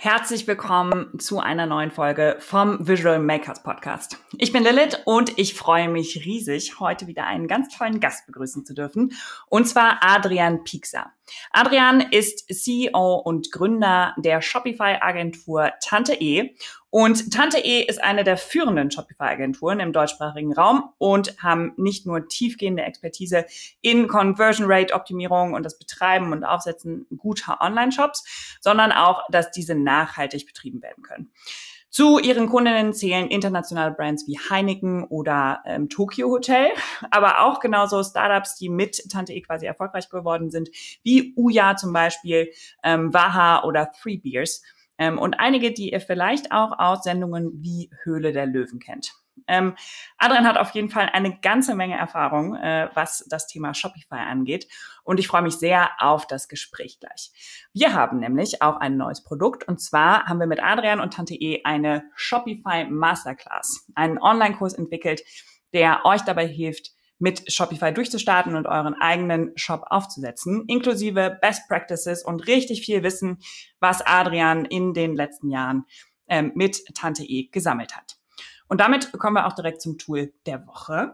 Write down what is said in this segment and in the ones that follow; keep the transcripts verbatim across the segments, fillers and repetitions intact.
Herzlich willkommen zu einer neuen Folge vom Visual Makers Podcast. Ich bin Lilith und ich freue mich riesig, heute wieder einen ganz tollen Gast begrüßen zu dürfen, und zwar Adrian Piekser. Adrian ist C E O und Gründer der Shopify-Agentur Tante E. Und Tante E ist eine der führenden Shopify-Agenturen im deutschsprachigen Raum und haben nicht nur tiefgehende Expertise in Conversion-Rate-Optimierung und das Betreiben und Aufsetzen guter Online-Shops, sondern auch, dass diese nachhaltig betrieben werden können. Zu ihren Kundinnen zählen internationale Brands wie Heineken oder ähm, Tokyo Hotel, aber auch genauso Startups, die mit Tante E quasi erfolgreich geworden sind, wie Ouya zum Beispiel, ähm, Waha oder Three Beers. Ähm, und einige, die ihr vielleicht auch aus Sendungen wie Höhle der Löwen kennt. Ähm, Adrian hat auf jeden Fall eine ganze Menge Erfahrung, äh, was das Thema Shopify angeht. Und ich freue mich sehr auf das Gespräch gleich. Wir haben nämlich auch ein neues Produkt. Und zwar haben wir mit Adrian und Tante E eine Shopify Masterclass, einen Online-Kurs entwickelt, der euch dabei hilft, mit Shopify durchzustarten und euren eigenen Shop aufzusetzen, inklusive Best Practices und richtig viel Wissen, was Adrian in den letzten Jahren ähm, mit Tante E gesammelt hat. Und damit kommen wir auch direkt zum Tool der Woche.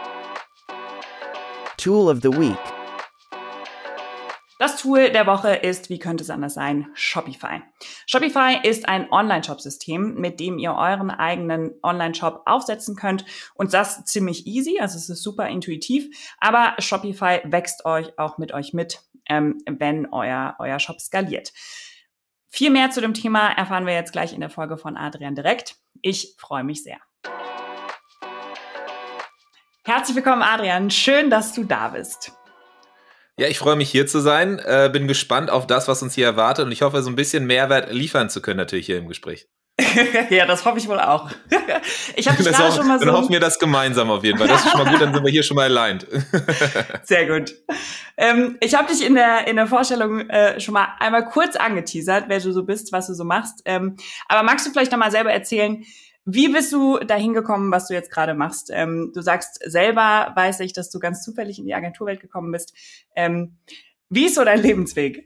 Tool of the Week. Das Tool der Woche ist, wie könnte es anders sein, Shopify. Shopify ist ein Online-Shop-System, mit dem ihr euren eigenen Online-Shop aufsetzen könnt, und das ziemlich easy, also es ist super intuitiv, aber Shopify wächst euch auch mit euch mit, ähm, wenn euer, euer Shop skaliert. Viel mehr zu dem Thema erfahren wir jetzt gleich in der Folge von Adrian direkt. Ich freue mich sehr. Herzlich willkommen, Adrian. Schön, dass du da bist. Ja, ich freue mich, hier zu sein. Äh, bin gespannt auf das, was uns hier erwartet, und ich hoffe, so ein bisschen Mehrwert liefern zu können natürlich hier im Gespräch. Ja, das hoffe ich wohl auch. Ich habe dich das gerade auch, schon mal so... Dann hoffen wir das gemeinsam auf jeden Fall. Das ist schon mal gut, dann sind wir hier schon mal aligned. Sehr gut. Ähm, ich habe dich in der in der Vorstellung äh, schon mal einmal kurz angeteasert, wer du so bist, was du so machst. Ähm, aber magst du vielleicht noch mal selber erzählen, wie bist du dahin gekommen, was du jetzt gerade machst? Ähm, du sagst selber, weiß ich, dass du ganz zufällig in die Agenturwelt gekommen bist. Ähm, wie ist so dein Lebensweg?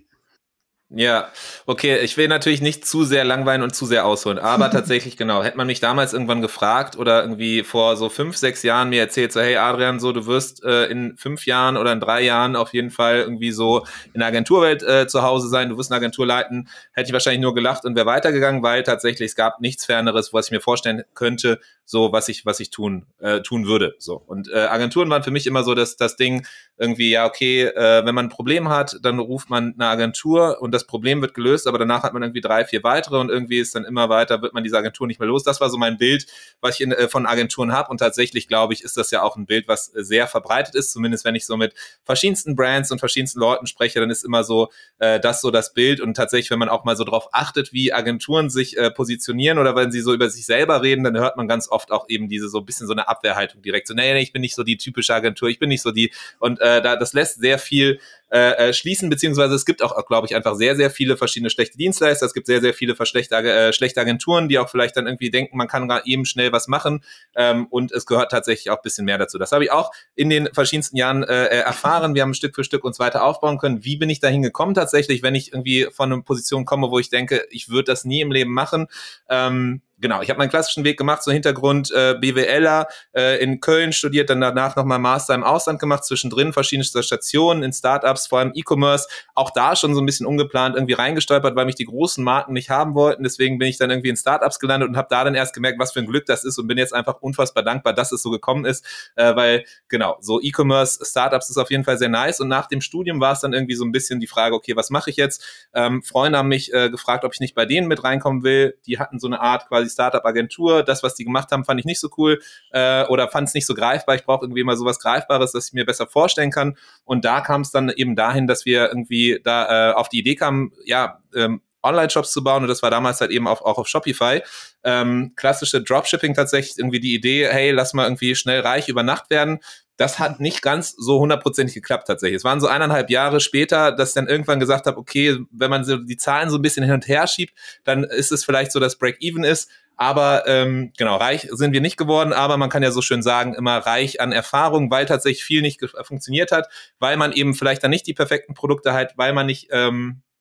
Ja, okay, ich will natürlich nicht zu sehr langweilen und zu sehr ausholen, aber tatsächlich, genau, hätte man mich damals irgendwann gefragt oder irgendwie vor so fünf, sechs Jahren mir erzählt, so, hey Adrian, so, du wirst äh, in fünf Jahren oder in drei Jahren auf jeden Fall irgendwie so in der Agenturwelt äh, zu Hause sein, du wirst eine Agentur leiten, hätte ich wahrscheinlich nur gelacht und wäre weitergegangen, weil tatsächlich es gab nichts Ferneres, was ich mir vorstellen könnte, so, was ich, was ich tun, äh, tun würde, so. Und äh, Agenturen waren für mich immer so das, das Ding, irgendwie, ja, okay, äh, wenn man ein Problem hat, dann ruft man eine Agentur und das Problem wird gelöst, aber danach hat man irgendwie drei, vier weitere und irgendwie ist dann immer weiter, wird man diese Agentur nicht mehr los. Das war so mein Bild, was ich in, äh, von Agenturen habe, und tatsächlich, glaube ich, ist das ja auch ein Bild, was sehr verbreitet ist, zumindest wenn ich so mit verschiedensten Brands und verschiedensten Leuten spreche, dann ist immer so äh, das so das Bild, und tatsächlich, wenn man auch mal so drauf achtet, wie Agenturen sich äh, positionieren oder wenn sie so über sich selber reden, dann hört man ganz oft auch eben diese so ein bisschen so eine Abwehrhaltung direkt, so, nee, nee, ich bin nicht so die typische Agentur, ich bin nicht so die, und äh, da, das lässt sehr viel äh, schließen, beziehungsweise es gibt auch, glaube ich, einfach sehr, sehr viele verschiedene schlechte Dienstleister, es gibt sehr, sehr viele schlechte, äh, schlechte Agenturen, die auch vielleicht dann irgendwie denken, man kann gar eben schnell was machen, ähm, und es gehört tatsächlich auch ein bisschen mehr dazu. Das habe ich auch in den verschiedensten Jahren äh, erfahren, wir haben Stück für Stück uns weiter aufbauen können. Wie bin ich dahin gekommen tatsächlich, wenn ich irgendwie von einer Position komme, wo ich denke, ich würde das nie im Leben machen, ähm, Genau, ich habe meinen klassischen Weg gemacht, so Hintergrund äh, BWLer, äh, in Köln studiert, dann danach nochmal Master im Ausland gemacht, zwischendrin verschiedenste Stationen in Startups, vor allem E-Commerce, auch da schon so ein bisschen ungeplant irgendwie reingestolpert, weil mich die großen Marken nicht haben wollten, deswegen bin ich dann irgendwie in Startups gelandet und habe da dann erst gemerkt, was für ein Glück das ist, und bin jetzt einfach unfassbar dankbar, dass es so gekommen ist, äh, weil genau, so E-Commerce, Startups ist auf jeden Fall sehr nice, und nach dem Studium war es dann irgendwie so ein bisschen die Frage, okay, was mache ich jetzt? Ähm, Freunde haben mich äh, gefragt, ob ich nicht bei denen mit reinkommen will, die hatten so eine Art quasi Startup-Agentur, das, was die gemacht haben, fand ich nicht so cool äh, oder fand es nicht so greifbar. Ich brauche irgendwie mal sowas Greifbares, das ich mir besser vorstellen kann. Und da kam es dann eben dahin, dass wir irgendwie da äh, auf die Idee kamen, ja, ähm, Online-Shops zu bauen, und das war damals halt eben auch, auch auf Shopify. Ähm, klassische Dropshipping tatsächlich, irgendwie die Idee, hey, lass mal irgendwie schnell reich über Nacht werden. Das hat nicht ganz so hundertprozentig geklappt tatsächlich. Es waren so eineinhalb Jahre später, dass ich dann irgendwann gesagt habe, okay, wenn man so die Zahlen so ein bisschen hin und her schiebt, dann ist es vielleicht so, dass Break-Even ist. Aber ähm, genau, reich sind wir nicht geworden, aber man kann ja so schön sagen, immer reich an Erfahrung, weil tatsächlich viel nicht ge- funktioniert hat, weil man eben vielleicht dann nicht die perfekten Produkte hat, weil man nicht ähm,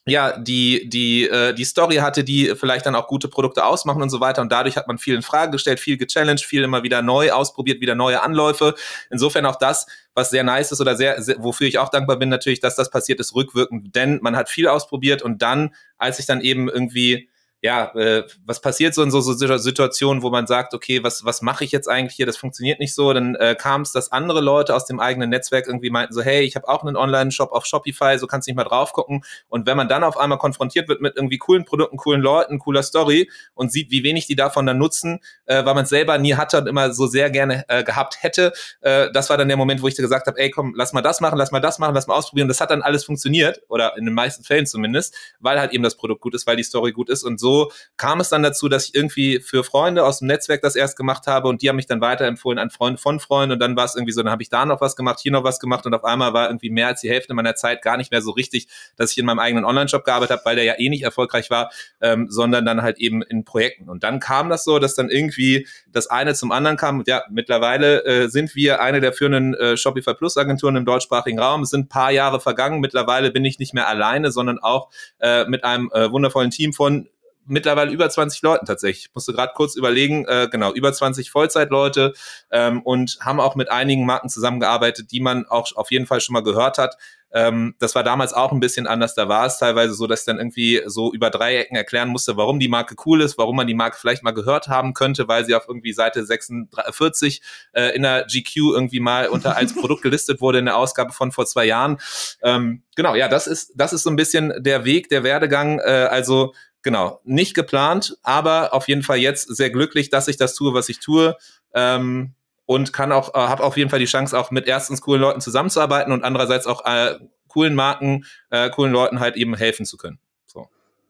ja, die, die, äh, die Story hatte, die vielleicht dann auch gute Produkte ausmachen und so weiter. Und dadurch hat man viel in Frage gestellt, viel gechallenged, viel immer wieder neu ausprobiert, wieder neue Anläufe. Insofern auch das, was sehr nice ist oder sehr, sehr, wofür ich auch dankbar bin natürlich, dass das passiert ist, rückwirkend. Denn man hat viel ausprobiert und dann, als ich dann eben irgendwie ja, äh, was passiert so in so, so Situationen, wo man sagt, okay, was was mache ich jetzt eigentlich hier, das funktioniert nicht so, dann äh, kam es, dass andere Leute aus dem eigenen Netzwerk irgendwie meinten so, hey, ich habe auch einen Online-Shop auf Shopify, so kannst du nicht mal drauf gucken. Und wenn man dann auf einmal konfrontiert wird mit irgendwie coolen Produkten, coolen Leuten, cooler Story und sieht, wie wenig die davon dann nutzen, äh, weil man es selber nie hatte und immer so sehr gerne äh, gehabt hätte, äh, das war dann der Moment, wo ich gesagt habe, ey, komm, lass mal das machen, lass mal das machen, lass mal ausprobieren. Und das hat dann alles funktioniert, oder in den meisten Fällen zumindest, weil halt eben das Produkt gut ist, weil die Story gut ist. Und so kam es dann dazu, dass ich irgendwie für Freunde aus dem Netzwerk das erst gemacht habe und die haben mich dann weiterempfohlen an Freunde von Freunden und dann war es irgendwie so, dann habe ich da noch was gemacht, hier noch was gemacht und auf einmal war irgendwie mehr als die Hälfte meiner Zeit gar nicht mehr so richtig, dass ich in meinem eigenen Online-Shop gearbeitet habe, weil der ja eh nicht erfolgreich war, ähm, sondern dann halt eben in Projekten. Und dann kam das so, dass dann irgendwie das eine zum anderen kam. Und ja, mittlerweile äh, sind wir eine der führenden äh, Shopify Plus Agenturen im deutschsprachigen Raum. Es sind ein paar Jahre vergangen. Mittlerweile bin ich nicht mehr alleine, sondern auch äh, mit einem äh, wundervollen Team von mittlerweile über zwanzig Leuten tatsächlich. Ich musste gerade kurz überlegen, äh, genau, über zwanzig Vollzeitleute ähm, und haben auch mit einigen Marken zusammengearbeitet, die man auch auf jeden Fall schon mal gehört hat. Ähm, das war damals auch ein bisschen anders. Da war es teilweise so, dass ich dann irgendwie so über drei Ecken erklären musste, warum die Marke cool ist, warum man die Marke vielleicht mal gehört haben könnte, weil sie auf irgendwie Seite sechsundvierzig äh, in der G Q irgendwie mal unter als Produkt gelistet wurde in der Ausgabe von vor zwei Jahren. Ähm, genau, ja, das ist das ist so ein bisschen der Weg, der Werdegang. Äh, also Genau, nicht geplant, aber auf jeden Fall jetzt sehr glücklich, dass ich das tue, was ich tue, ähm, und kann auch, äh, habe auf jeden Fall die Chance, auch mit erstens coolen Leuten zusammenzuarbeiten und andererseits auch äh, coolen Marken, äh, coolen Leuten halt eben helfen zu können. So.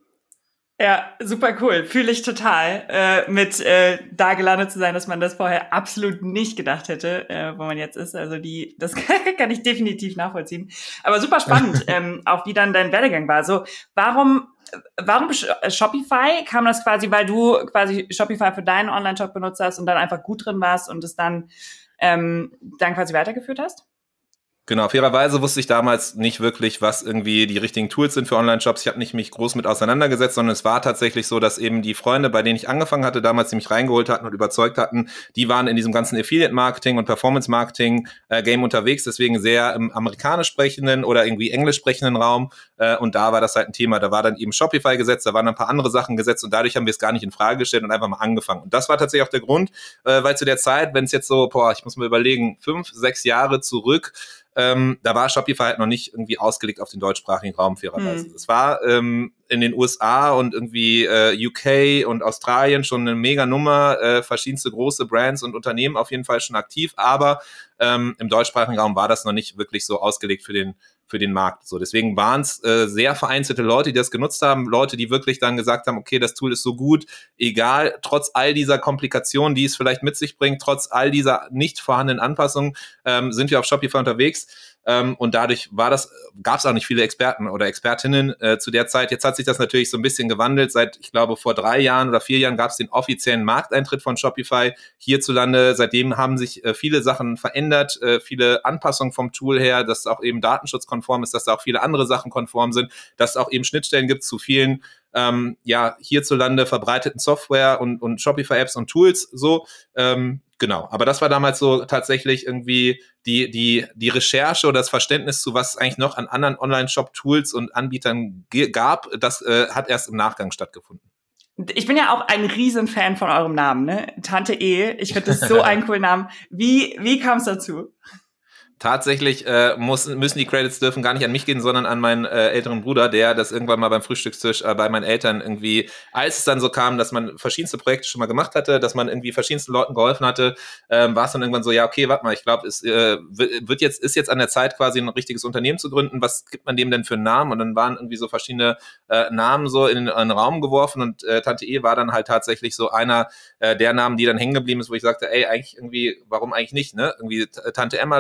Ja, super cool. Fühle ich total, äh, mit äh, da gelandet zu sein, dass man das vorher absolut nicht gedacht hätte, äh, wo man jetzt ist. Also die, das kann ich definitiv nachvollziehen. Aber super spannend, ähm, auch wie dann dein Werdegang war. So, warum Warum Shopify? Kam das quasi, weil du quasi Shopify für deinen Online-Shop benutzt hast und dann einfach gut drin warst und es dann, ähm, dann quasi weitergeführt hast? Genau, fairerweise wusste ich damals nicht wirklich, was irgendwie die richtigen Tools sind für Online-Shops. Ich habe nicht mich groß mit auseinandergesetzt, sondern es war tatsächlich so, dass eben die Freunde, bei denen ich angefangen hatte, damals, die mich reingeholt hatten und überzeugt hatten, die waren in diesem ganzen Affiliate-Marketing und Performance-Marketing-Game unterwegs, deswegen sehr im amerikanisch sprechenden oder irgendwie englisch sprechenden Raum. Äh, und da war das halt ein Thema. Da war dann eben Shopify gesetzt, da waren ein paar andere Sachen gesetzt und dadurch haben wir es gar nicht in Frage gestellt und einfach mal angefangen. Und das war tatsächlich auch der Grund, äh, weil zu der Zeit, wenn es jetzt so, boah, ich muss mal überlegen, fünf, sechs Jahre zurück, Ähm, da war Shopify halt noch nicht irgendwie ausgelegt auf den deutschsprachigen Raum, fairerweise. Es hm. war ähm, in den U S A und irgendwie äh, U K und Australien schon eine mega Nummer, äh, verschiedenste große Brands und Unternehmen auf jeden Fall schon aktiv, aber ähm, im deutschsprachigen Raum war das noch nicht wirklich so ausgelegt für den für den Markt. So, deswegen waren es äh, sehr vereinzelte Leute, die das genutzt haben, Leute, die wirklich dann gesagt haben, okay, das Tool ist so gut, egal, trotz all dieser Komplikationen, die es vielleicht mit sich bringt, trotz all dieser nicht vorhandenen Anpassungen, ähm, sind wir auf Shopify unterwegs. Ähm, und dadurch war das, gab es auch nicht viele Experten oder Expertinnen äh, zu der Zeit. Jetzt hat sich das natürlich so ein bisschen gewandelt. Seit, ich glaube, vor drei Jahren oder vier Jahren gab es den offiziellen Markteintritt von Shopify hierzulande. Seitdem haben sich äh, viele Sachen verändert, äh, viele Anpassungen vom Tool her, dass es auch eben datenschutzkonform ist, dass da auch viele andere Sachen konform sind, dass es auch eben Schnittstellen gibt zu vielen ähm, ja hierzulande verbreiteten Software und, und Shopify-Apps und Tools so. Ähm, Genau, aber das war damals so tatsächlich irgendwie die die die Recherche oder das Verständnis zu, was es eigentlich noch an anderen Online-Shop-Tools und Anbietern g- gab, das äh, hat erst im Nachgang stattgefunden. Ich bin ja auch ein Riesenfan von eurem Namen, ne? Tante E. Ich finde das so einen coolen Namen. Wie wie kam es dazu? Tatsächlich äh, muss, müssen die Credits dürfen gar nicht an mich gehen, sondern an meinen äh, älteren Bruder, der das irgendwann mal beim Frühstückstisch äh, bei meinen Eltern irgendwie, als es dann so kam, dass man verschiedenste Projekte schon mal gemacht hatte, dass man irgendwie verschiedensten Leuten geholfen hatte, ähm, war es dann irgendwann so, ja, okay, warte mal, ich glaube, es äh, wird jetzt, ist jetzt an der Zeit, quasi ein richtiges Unternehmen zu gründen. Was gibt man dem denn für einen Namen? Und dann waren irgendwie so verschiedene äh, Namen so in, in den Raum geworfen und äh, Tante E war dann halt tatsächlich so einer äh, der Namen, die dann hängen geblieben ist, wo ich sagte, ey, eigentlich irgendwie, warum eigentlich nicht, ne? Irgendwie Tante Emma Laden,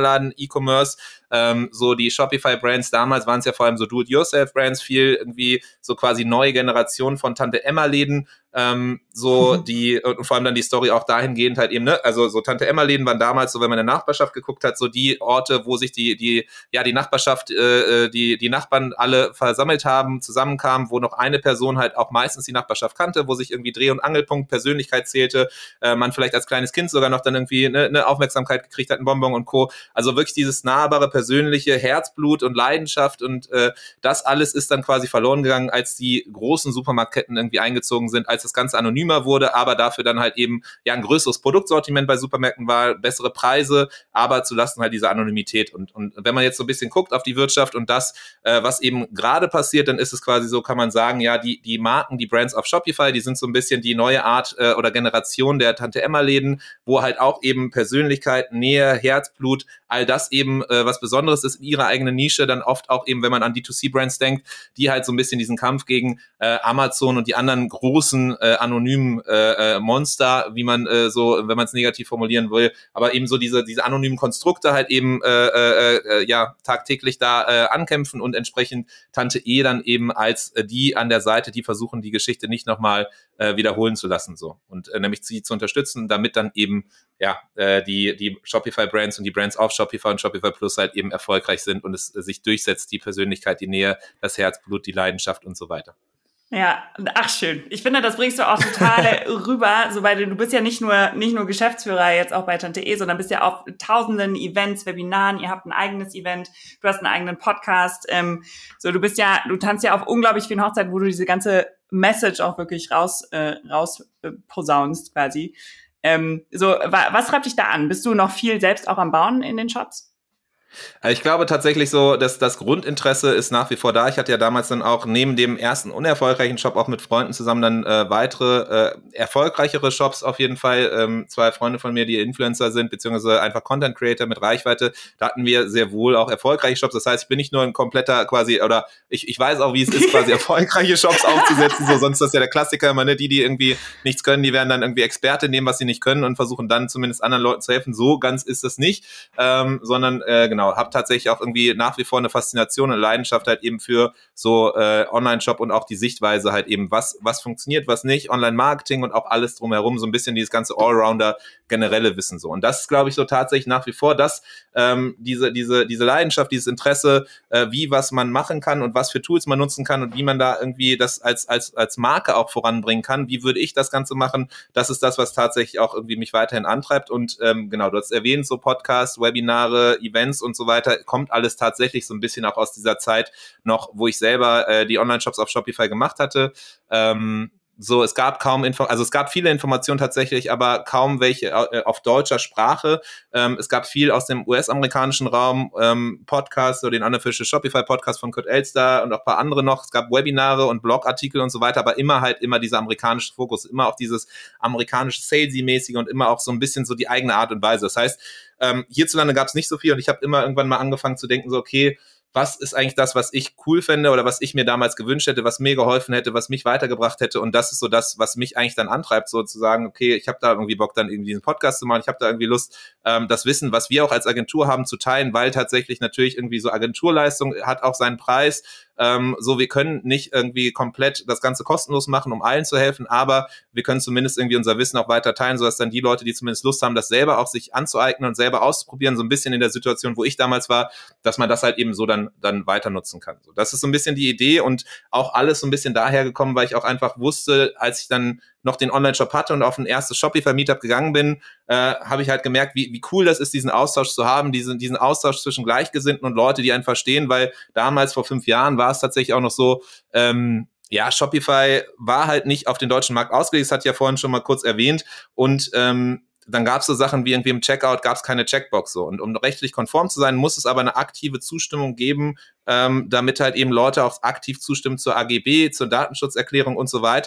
E-Commerce. Ähm, so die Shopify-Brands damals waren es ja vor allem so Do-it-yourself-Brands, viel irgendwie so quasi neue Generation von Tante-Emma-Läden, ähm, so die, und vor allem dann die Story auch dahingehend halt eben, ne, also so Tante-Emma-Läden waren damals so, wenn man in der Nachbarschaft geguckt hat, so die Orte, wo sich die, die, ja, die Nachbarschaft, äh, die, die Nachbarn alle versammelt haben, zusammenkamen, wo noch eine Person halt auch meistens die Nachbarschaft kannte, wo sich irgendwie Dreh- und Angelpunkt, Persönlichkeit zählte, äh, man vielleicht als kleines Kind sogar noch dann irgendwie eine, eine Aufmerksamkeit gekriegt hat, ein Bonbon und Co. Also wirklich dieses nahbare, persönliche Herzblut und Leidenschaft und äh, das alles ist dann quasi verloren gegangen, als die großen Supermarktketten irgendwie eingezogen sind, als das Ganze anonymer wurde, aber dafür dann halt eben ja ein größeres Produktsortiment bei Supermärkten war, bessere Preise, aber zulasten halt dieser Anonymität. Und, und wenn man jetzt so ein bisschen guckt auf die Wirtschaft und das, äh, was eben gerade passiert, dann ist es quasi so, kann man sagen, ja, die, die Marken, die Brands auf Shopify, die sind so ein bisschen die neue Art äh, oder Generation der Tante-Emma-Läden, wo halt auch eben Persönlichkeit, Nähe, Herzblut, all das eben äh, was Besonderes ist in ihrer eigenen Nische, dann oft auch eben, wenn man an D zwei C-Brands denkt, die halt so ein bisschen diesen Kampf gegen äh, Amazon und die anderen großen äh, anonymen äh, Monster, wie man äh, so, wenn man es negativ formulieren will, aber eben so diese diese anonymen Konstrukte halt eben äh, äh, äh, ja tagtäglich da äh, ankämpfen und entsprechend Tante E dann eben als äh, die an der Seite, die versuchen, die Geschichte nicht nochmal äh, wiederholen zu lassen, so und äh, nämlich sie zu unterstützen, damit dann eben ja äh, die die Shopify-Brands und die Brands auf Shopify und Shopify Plus halt eben erfolgreich sind und es äh, sich durchsetzt, die Persönlichkeit, die Nähe, das Herzblut, die Leidenschaft und so weiter. Ja, ach schön. Ich finde, das bringst du auch total rüber, so weil du, du bist ja nicht nur nicht nur Geschäftsführer jetzt auch bei Tante E, sondern bist ja auf tausenden Events, Webinaren, ihr habt ein eigenes Event, du hast einen eigenen Podcast, ähm, so du bist ja, du tanzt ja auf unglaublich vielen Hochzeiten, wo du diese ganze Message auch wirklich raus äh, raus äh, posaunst quasi. Ähm, so, wa- was treibt dich da an? Bist du noch viel selbst auch am Bauen in den Shops? Also ich glaube tatsächlich so, dass das Grundinteresse ist nach wie vor da. Ich hatte ja damals dann auch neben dem ersten unerfolgreichen Shop auch mit Freunden zusammen dann äh, weitere äh, erfolgreichere Shops auf jeden Fall. Ähm, zwei Freunde von mir, die Influencer sind, beziehungsweise einfach Content Creator mit Reichweite. Da hatten wir sehr wohl auch erfolgreiche Shops. Das heißt, ich bin nicht nur ein kompletter quasi, oder ich, ich weiß auch, wie es ist, quasi erfolgreiche Shops aufzusetzen. So, sonst ist das ja der Klassiker immer, ne? Die, die irgendwie nichts können, die werden dann irgendwie Experte nehmen, was sie nicht können und versuchen dann zumindest anderen Leuten zu helfen. So ganz ist das nicht, ähm, sondern äh, genau, habe tatsächlich auch irgendwie nach wie vor eine Faszination und Leidenschaft halt eben für so äh, Online-Shop und auch die Sichtweise halt eben, was was funktioniert, was nicht, Online-Marketing und auch alles drumherum, so ein bisschen dieses ganze Allrounder generelle Wissen so. Und das ist, glaube ich, so tatsächlich nach wie vor das, ähm, diese diese diese Leidenschaft, dieses Interesse, äh, wie was man machen kann und was für Tools man nutzen kann und wie man da irgendwie das als als als Marke auch voranbringen kann. Wie würde ich das Ganze machen? Das ist das, was tatsächlich auch irgendwie mich weiterhin antreibt. Und ähm, genau, du hast erwähnt, so Podcasts, Webinare, Events und so weiter, kommt alles tatsächlich so ein bisschen auch aus dieser Zeit noch, wo ich selber äh, die Online-Shops auf Shopify gemacht hatte. Ähm, so, es gab kaum Info, also es gab viele Informationen tatsächlich, aber kaum welche äh, auf deutscher Sprache. Ähm, es gab viel aus dem U S-amerikanischen Raum, ähm, Podcasts, so den Unofficial Shopify Podcast von Kurt Elster und auch ein paar andere noch. Es gab Webinare und Blogartikel und so weiter, aber immer halt immer dieser amerikanische Fokus, immer auch dieses amerikanische Salesy-mäßige und immer auch so ein bisschen so die eigene Art und Weise. Das heißt, ähm, hierzulande gab es nicht so viel und ich habe immer irgendwann mal angefangen zu denken, so okay, was ist eigentlich das, was ich cool fände oder was ich mir damals gewünscht hätte, was mir geholfen hätte, was mich weitergebracht hätte und das ist so das, was mich eigentlich dann antreibt, so zu sagen, okay, ich habe da irgendwie Bock, dann irgendwie diesen Podcast zu machen, ich habe da irgendwie Lust, ähm, das Wissen, was wir auch als Agentur haben, zu teilen, weil tatsächlich natürlich irgendwie so Agenturleistung hat auch seinen Preis, ähm, so wir können nicht irgendwie komplett das Ganze kostenlos machen, um allen zu helfen, aber wir können zumindest irgendwie unser Wissen auch weiter teilen, sodass dann die Leute, die zumindest Lust haben, das selber auch sich anzueignen und selber auszuprobieren, so ein bisschen in der Situation, wo ich damals war, dass man das halt eben so dann dann weiter nutzen kann. So, das ist so ein bisschen die Idee und auch alles so ein bisschen daher gekommen, weil ich auch einfach wusste, als ich dann noch den Online-Shop hatte und auf ein erstes Shopify-Meetup gegangen bin, äh, habe ich halt gemerkt, wie, wie cool das ist, diesen Austausch zu haben, diesen, diesen Austausch zwischen Gleichgesinnten und Leute, die einen verstehen, weil damals vor fünf Jahren war es tatsächlich auch noch so, ähm, ja, Shopify war halt nicht auf den deutschen Markt ausgelegt, das hatte ich ja vorhin schon mal kurz erwähnt und ähm, dann gab es so Sachen wie irgendwie im Checkout gab es keine Checkbox so. Und um rechtlich konform zu sein, muss es aber eine aktive Zustimmung geben, ähm, damit halt eben Leute auch aktiv zustimmen zur A G B, zur Datenschutzerklärung und so weiter.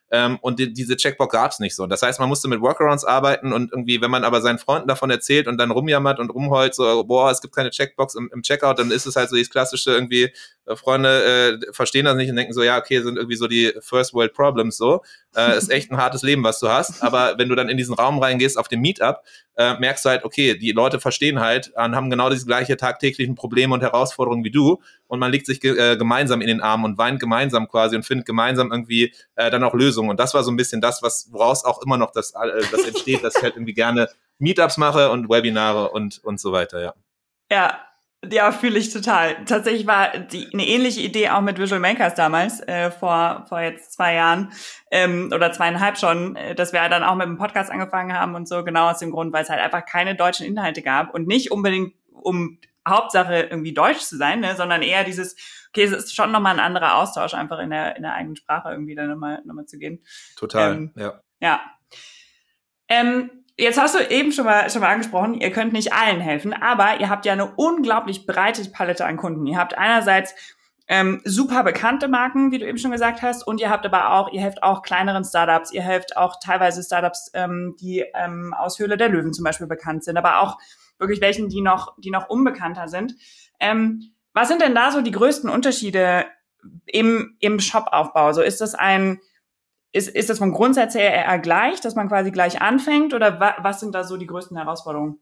ähm, und die, diese Checkbox gab es nicht so. Und das heißt, man musste mit Workarounds arbeiten und irgendwie, wenn man aber seinen Freunden davon erzählt und dann rumjammert und rumheult, so, boah, es gibt keine Checkbox im, im Checkout, dann ist es halt so dieses klassische irgendwie, äh, Freunde äh, verstehen das nicht und denken so, ja, okay, sind irgendwie so die First World Problems so. Äh, ist echt ein hartes Leben, was du hast, aber wenn du dann in diesen Raum reingehst auf dem Meetup, äh, merkst du halt, okay, die Leute verstehen halt und haben genau diese gleiche tagtäglichen Probleme und Herausforderungen wie du und man liegt sich ge- äh, gemeinsam in den Armen und weint gemeinsam quasi und findet gemeinsam irgendwie äh, dann auch Lösungen und das war so ein bisschen das, was woraus auch immer noch das, äh, das entsteht, dass ich halt irgendwie gerne Meetups mache und Webinare und, und so weiter, ja. Ja, ja, fühle ich total. Tatsächlich war die eine ähnliche Idee auch mit Visual Makers damals, äh, vor vor jetzt zwei Jahren ähm, oder zweieinhalb schon, äh, dass wir dann auch mit dem Podcast angefangen haben und so, genau aus dem Grund, weil es halt einfach keine deutschen Inhalte gab und nicht unbedingt um Hauptsache irgendwie deutsch zu sein, ne, sondern eher dieses, okay, es ist schon nochmal ein anderer Austausch, einfach in der in der eigenen Sprache irgendwie dann nochmal nochmal zu gehen. Total, ähm, ja. Ja. Ähm, Jetzt hast du eben schon mal, schon mal angesprochen, ihr könnt nicht allen helfen, aber ihr habt ja eine unglaublich breite Palette an Kunden. Ihr habt einerseits ähm, super bekannte Marken, wie du eben schon gesagt hast, und ihr habt aber auch, ihr helft auch kleineren Startups, ihr helft auch teilweise Startups, ähm, die ähm, aus Höhle der Löwen zum Beispiel bekannt sind, aber auch wirklich welchen, die noch, die noch unbekannter sind. Ähm, was sind denn da so die größten Unterschiede im, im Shop-Aufbau? So ist das ein Ist, ist das vom Grundsatz her eher gleich, dass man quasi gleich anfängt oder wa- was sind da so die größten Herausforderungen?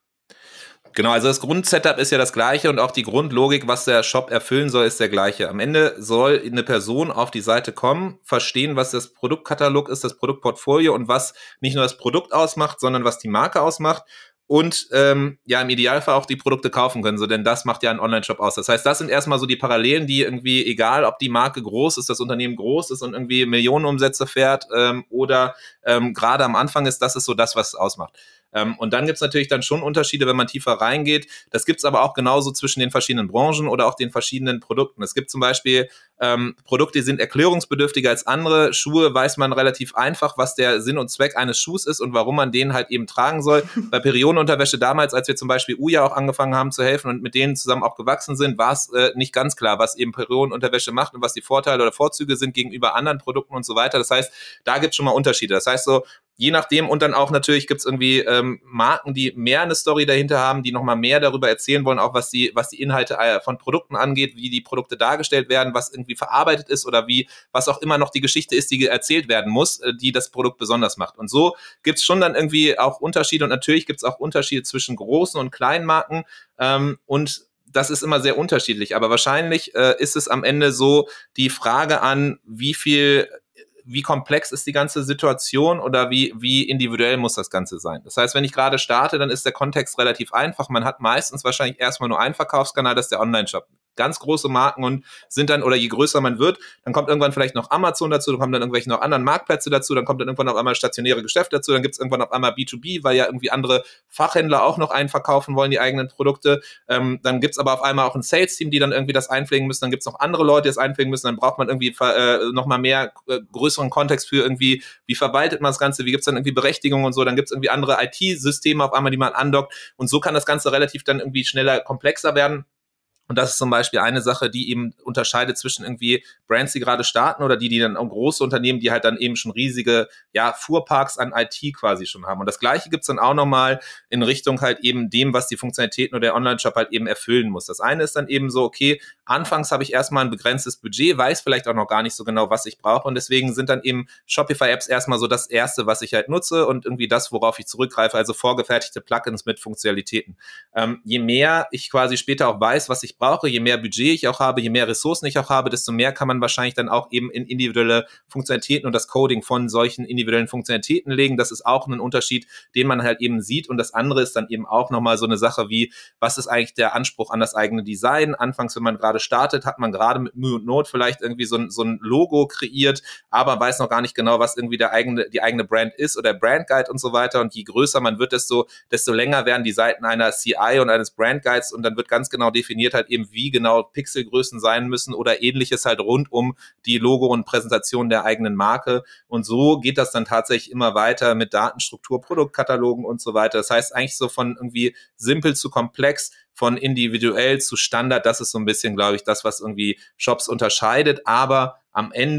Genau, also das Grundsetup ist ja das gleiche und auch die Grundlogik, was der Shop erfüllen soll, ist der gleiche. Am Ende soll eine Person auf die Seite kommen, verstehen, was das Produktkatalog ist, das Produktportfolio und was nicht nur das Produkt ausmacht, sondern was die Marke ausmacht und ähm, ja im Idealfall auch die Produkte kaufen können, so denn das macht ja einen Online-Shop aus. Das heißt, das sind erstmal so die Parallelen, die irgendwie, egal ob die Marke groß ist, das Unternehmen groß ist und irgendwie Millionenumsätze fährt ähm, oder ähm, gerade am Anfang ist, das ist so das, was es ausmacht. Ähm, und dann gibt's natürlich dann schon Unterschiede, wenn man tiefer reingeht. Das gibt's aber auch genauso zwischen den verschiedenen Branchen oder auch den verschiedenen Produkten. Es gibt zum Beispiel ähm, Produkte, die sind erklärungsbedürftiger als andere. Schuhe weiß man relativ einfach, was der Sinn und Zweck eines Schuhs ist und warum man den halt eben tragen soll. Bei Periodenunterwäsche damals, als wir zum Beispiel Uja auch angefangen haben zu helfen und mit denen zusammen auch gewachsen sind, war es äh, nicht ganz klar, was eben Periodenunterwäsche macht und was die Vorteile oder Vorzüge sind gegenüber anderen Produkten und so weiter. Das heißt, da gibt's schon mal Unterschiede. Das heißt so, je nachdem und dann auch natürlich gibt's irgendwie ähm, Marken, die mehr eine Story dahinter haben, die nochmal mehr darüber erzählen wollen, auch was die, was die Inhalte äh, von Produkten angeht, wie die Produkte dargestellt werden, was irgendwie verarbeitet ist oder wie, was auch immer noch die Geschichte ist, die erzählt werden muss, äh, die das Produkt besonders macht. Und so gibt's schon dann irgendwie auch Unterschiede und natürlich gibt's auch Unterschiede zwischen großen und kleinen Marken ähm, und das ist immer sehr unterschiedlich, aber wahrscheinlich äh, ist es am Ende so die Frage an, wie viel wie komplex ist die ganze Situation oder wie, wie individuell muss das Ganze sein. Das heißt, wenn ich gerade starte, dann ist der Kontext relativ einfach. Man hat meistens wahrscheinlich erstmal nur einen Verkaufskanal, das ist der Online-Shop. Ganz große Marken und sind dann, oder je größer man wird, dann kommt irgendwann vielleicht noch Amazon dazu, dann kommen dann irgendwelche noch anderen Marktplätze dazu, dann kommt dann irgendwann auf einmal stationäre Geschäfte dazu, dann gibt es irgendwann auf einmal B zwei B, weil ja irgendwie andere Fachhändler auch noch einverkaufen wollen, die eigenen Produkte. Ähm, dann gibt es aber auf einmal auch ein Sales-Team, die dann irgendwie das einpflegen müssen, dann gibt es noch andere Leute, die das einpflegen müssen, dann braucht man irgendwie äh, nochmal mehr äh, größeren Kontext für irgendwie, wie verwaltet man das Ganze, wie gibt es dann irgendwie Berechtigungen und so, dann gibt es irgendwie andere I T-Systeme auf einmal, die man andockt und so kann das Ganze relativ dann irgendwie schneller komplexer werden. Und das ist zum Beispiel eine Sache, die eben unterscheidet zwischen irgendwie Brands, die gerade starten oder die, die dann auch große Unternehmen, die halt dann eben schon riesige, ja, Fuhrparks an I T quasi schon haben. Und das Gleiche gibt's dann auch nochmal in Richtung halt eben dem, was die Funktionalitäten oder der Online-Shop halt eben erfüllen muss. Das eine ist dann eben so, okay, anfangs habe ich erstmal ein begrenztes Budget, weiß vielleicht auch noch gar nicht so genau, was ich brauche und deswegen sind dann eben Shopify-Apps erstmal so das Erste, was ich halt nutze und irgendwie das, worauf ich zurückgreife, also vorgefertigte Plugins mit Funktionalitäten. Ähm, je mehr ich quasi später auch weiß, was ich brauche, je mehr Budget ich auch habe, je mehr Ressourcen ich auch habe, desto mehr kann man wahrscheinlich dann auch eben in individuelle Funktionalitäten und das Coding von solchen individuellen Funktionalitäten legen. Das ist auch ein Unterschied, den man halt eben sieht. Und das andere ist dann eben auch nochmal so eine Sache wie, was ist eigentlich der Anspruch an das eigene Design? Anfangs, wenn man gerade startet, hat man gerade mit Mühe und Not vielleicht irgendwie so ein, so ein Logo kreiert, aber weiß noch gar nicht genau, was irgendwie der eigene, die eigene Brand ist oder Brand Guide und so weiter. Und je größer man wird, desto, desto länger werden die Seiten einer C I und eines Brand Guides und dann wird ganz genau definiert halt eben, wie genau Pixelgrößen sein müssen oder ähnliches halt rund um die Logo und Präsentation der eigenen Marke. Und so geht das dann tatsächlich immer weiter mit Datenstruktur, Produktkatalogen und so weiter. Das heißt eigentlich so von irgendwie simpel zu komplex, von individuell zu Standard. Das ist so ein bisschen, glaube ich, das, was irgendwie Shops unterscheidet. Aber am Ende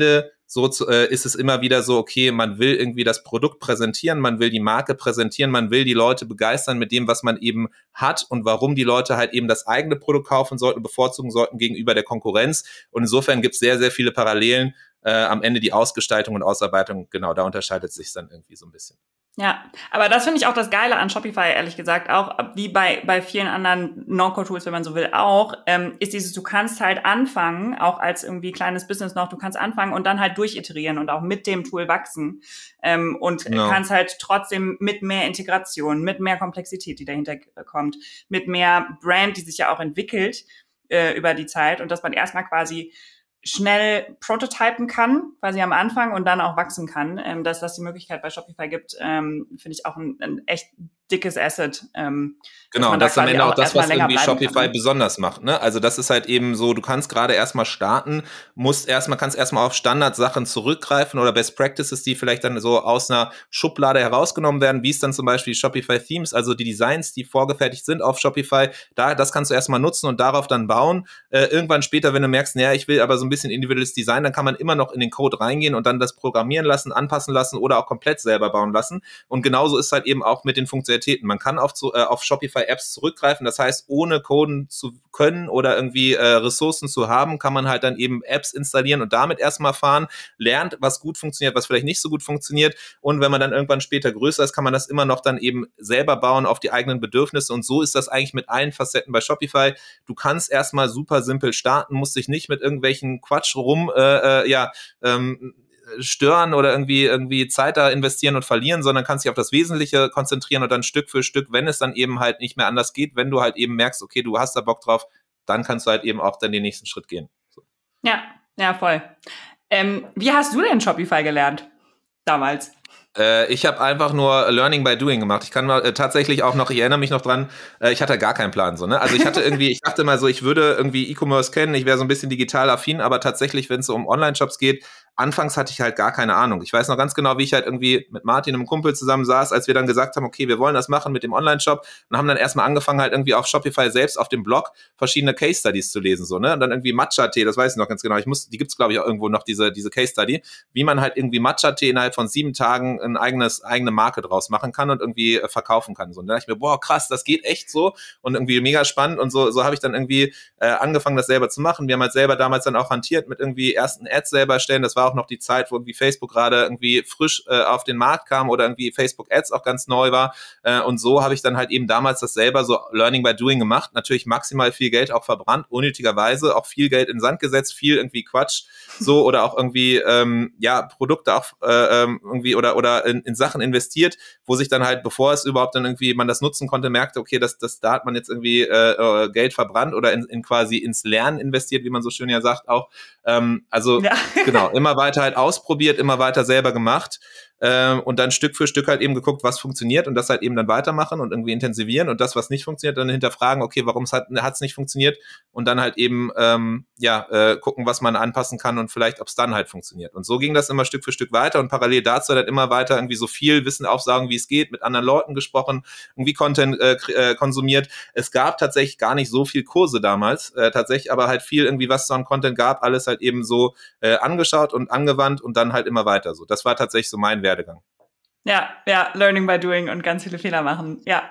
so zu, äh, ist es immer wieder so, okay, man will irgendwie das Produkt präsentieren, man will die Marke präsentieren, man will die Leute begeistern mit dem, was man eben hat und warum die Leute halt eben das eigene Produkt kaufen sollten, bevorzugen sollten gegenüber der Konkurrenz. Und insofern gibt es sehr, sehr viele Parallelen. Äh, am Ende die Ausgestaltung und Ausarbeitung, genau, da unterscheidet sich dann irgendwie so ein bisschen. Ja, aber das finde ich auch das Geile an Shopify, ehrlich gesagt, auch wie bei bei vielen anderen No-Code-Tools, wenn man so will, auch, ähm, ist dieses, du kannst halt anfangen, auch als irgendwie kleines Business noch, du kannst anfangen und dann halt durchiterieren und auch mit dem Tool wachsen ähm, und no. kannst halt trotzdem mit mehr Integration, mit mehr Komplexität, die dahinter kommt, mit mehr Brand, die sich ja auch entwickelt äh, über die Zeit und dass man erstmal quasi schnell prototypen kann, quasi am Anfang und dann auch wachsen kann. Ähm, dass das die Möglichkeit bei Shopify gibt, ähm, finde ich auch ein, ein echt dickes Asset. Ähm, genau, das ist am Ende auch das, was irgendwie Shopify kann, ne? besonders macht. Ne? Also das ist halt eben so, du kannst gerade erstmal starten, musst erstmal, kannst erstmal auf Standardsachen zurückgreifen oder Best Practices, die vielleicht dann so aus einer Schublade herausgenommen werden, wie es dann zum Beispiel Shopify Themes, also die Designs, die vorgefertigt sind auf Shopify, da, das kannst du erstmal nutzen und darauf dann naja, äh, irgendwann später, wenn du merkst, naja, ich will aber so ein bisschen individuelles Design, dann kann man immer noch in den Code reingehen und dann das programmieren lassen, anpassen lassen oder auch komplett selber bauen lassen. Und genauso ist halt eben auch mit den Funktionalitäten. Man kann auf, zu, äh, auf Shopify-Apps zurückgreifen, das heißt, ohne coden zu können oder irgendwie äh, Ressourcen zu haben, kann man halt dann eben Apps installieren und damit erstmal fahren, lernt, was gut funktioniert, was vielleicht nicht so gut funktioniert und wenn man dann irgendwann später größer ist, kann man das immer noch dann eben selber bauen auf die eigenen Bedürfnisse und so ist das eigentlich mit allen Facetten bei Shopify. Du kannst erstmal super simpel starten, musst dich nicht mit irgendwelchen Quatsch rum, äh, äh, ja, ähm, stören oder irgendwie irgendwie Zeit da investieren und verlieren, sondern kannst dich auf das Wesentliche konzentrieren und dann Stück für Stück, wenn es dann eben halt nicht mehr anders geht, wenn du halt eben merkst, okay, du hast da Bock drauf, dann kannst du halt eben auch dann den nächsten Schritt gehen. So. Ja, ja, voll. Ähm, wie hast du denn Shopify gelernt damals? Äh, ich habe einfach nur Learning by Doing gemacht. Ich kann mal äh, tatsächlich auch noch, ich erinnere mich noch dran, äh, ich hatte gar keinen Plan so, ne? Also ich hatte irgendwie, ich dachte mal so, ich würde irgendwie E-Commerce kennen, ich wäre so ein bisschen digital affin, aber tatsächlich, wenn es so um Online-Shops geht, anfangs hatte ich halt gar keine Ahnung. Ich weiß noch ganz genau, wie ich halt irgendwie mit Martin, einem Kumpel, zusammen saß, als wir dann gesagt haben, okay, wir wollen das machen mit dem Online-Shop und haben dann erstmal angefangen, halt irgendwie auf Shopify selbst auf dem Blog verschiedene Case-Studies zu lesen, so, ne? Und dann irgendwie Matcha-Tee, das weiß ich noch ganz genau. Ich muss, die gibt's, glaube ich, auch irgendwo noch, diese, diese Case-Study, wie man halt irgendwie Matcha-Tee innerhalb von sieben Tagen ein eigenes, eigene Marke draus machen kann und irgendwie äh, verkaufen kann. So. Und dann dachte ich mir, boah, krass, das geht echt so und irgendwie mega spannend und so, so habe ich dann irgendwie äh, angefangen, das selber zu machen. Wir haben halt selber damals dann auch hantiert mit irgendwie ersten Ads selber stellen. Das war auch noch die Zeit, wo irgendwie Facebook gerade irgendwie frisch äh, auf den Markt kam oder irgendwie Facebook Ads auch ganz neu war. Äh, und so habe ich dann halt eben damals das selber so Learning by Doing gemacht. Natürlich maximal viel Geld auch verbrannt, unnötigerweise, auch viel Geld in den Sand gesetzt, viel irgendwie Quatsch, so oder auch irgendwie ähm, ja Produkte auch äh, irgendwie oder oder in, in Sachen investiert, wo sich dann halt, bevor es überhaupt dann irgendwie man das nutzen konnte, merkte, okay, das, das da hat man jetzt irgendwie äh, Geld verbrannt oder in, in quasi ins Lernen investiert, wie man so schön ja sagt auch. Ähm, also ja. Genau, immer weiter halt ausprobiert, immer weiter selber gemacht äh, und dann Stück für Stück halt eben geguckt, was funktioniert und das halt eben dann weitermachen und irgendwie intensivieren und das, was nicht funktioniert, dann hinterfragen, okay, warum hat es nicht funktioniert und dann halt eben ähm, ja äh, gucken, was man anpassen kann und vielleicht, ob es dann halt funktioniert. Und so ging das immer Stück für Stück weiter und parallel dazu halt immer weiter irgendwie so viel Wissen aufsaugen, wie es geht, mit anderen Leuten gesprochen, irgendwie Content äh, äh, konsumiert. Es gab tatsächlich gar nicht so viel Kurse damals, äh, tatsächlich aber halt viel irgendwie, was es so an Content gab, alles halt eben so äh, angeschaut und angewandt und dann halt immer weiter so. Das war tatsächlich so mein Werdegang. Ja, ja, Learning by Doing und ganz viele Fehler machen, ja.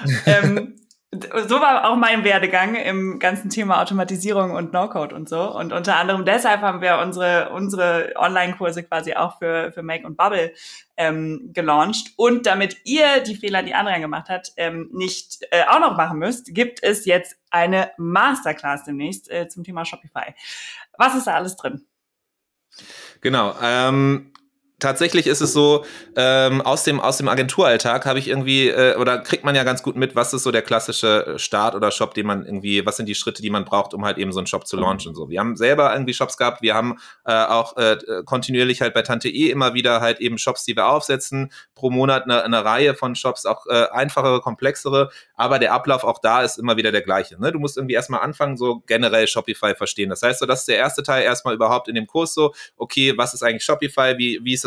ähm, so war auch mein Werdegang im ganzen Thema Automatisierung und No-Code und so. Und unter anderem deshalb haben wir unsere unsere Online-Kurse quasi auch für für Make und Bubble ähm, gelauncht. Und damit ihr die Fehler, die Adrian gemacht hat, ähm, nicht äh, auch noch machen müsst, gibt es jetzt eine Masterclass demnächst äh, zum Thema Shopify. Was ist da alles drin? Genau, ähm tatsächlich ist es so, ähm, aus dem aus dem Agenturalltag habe ich irgendwie, äh, oder kriegt man ja ganz gut mit, was ist so der klassische Start oder Shop, den man irgendwie, was sind die Schritte, die man braucht, um halt eben so einen Shop zu launchen und so. Wir haben selber irgendwie Shops gehabt, wir haben äh, auch äh, kontinuierlich halt bei Tante E immer wieder halt eben Shops, die wir aufsetzen, pro Monat eine, eine Reihe von Shops, auch äh, einfachere, komplexere, aber der Ablauf auch da ist immer wieder der gleiche. Ne? Du musst irgendwie erstmal anfangen, so generell Shopify verstehen. Das heißt so, das ist der erste Teil erstmal überhaupt in dem Kurs so, okay, was ist eigentlich Shopify, wie, wie ist das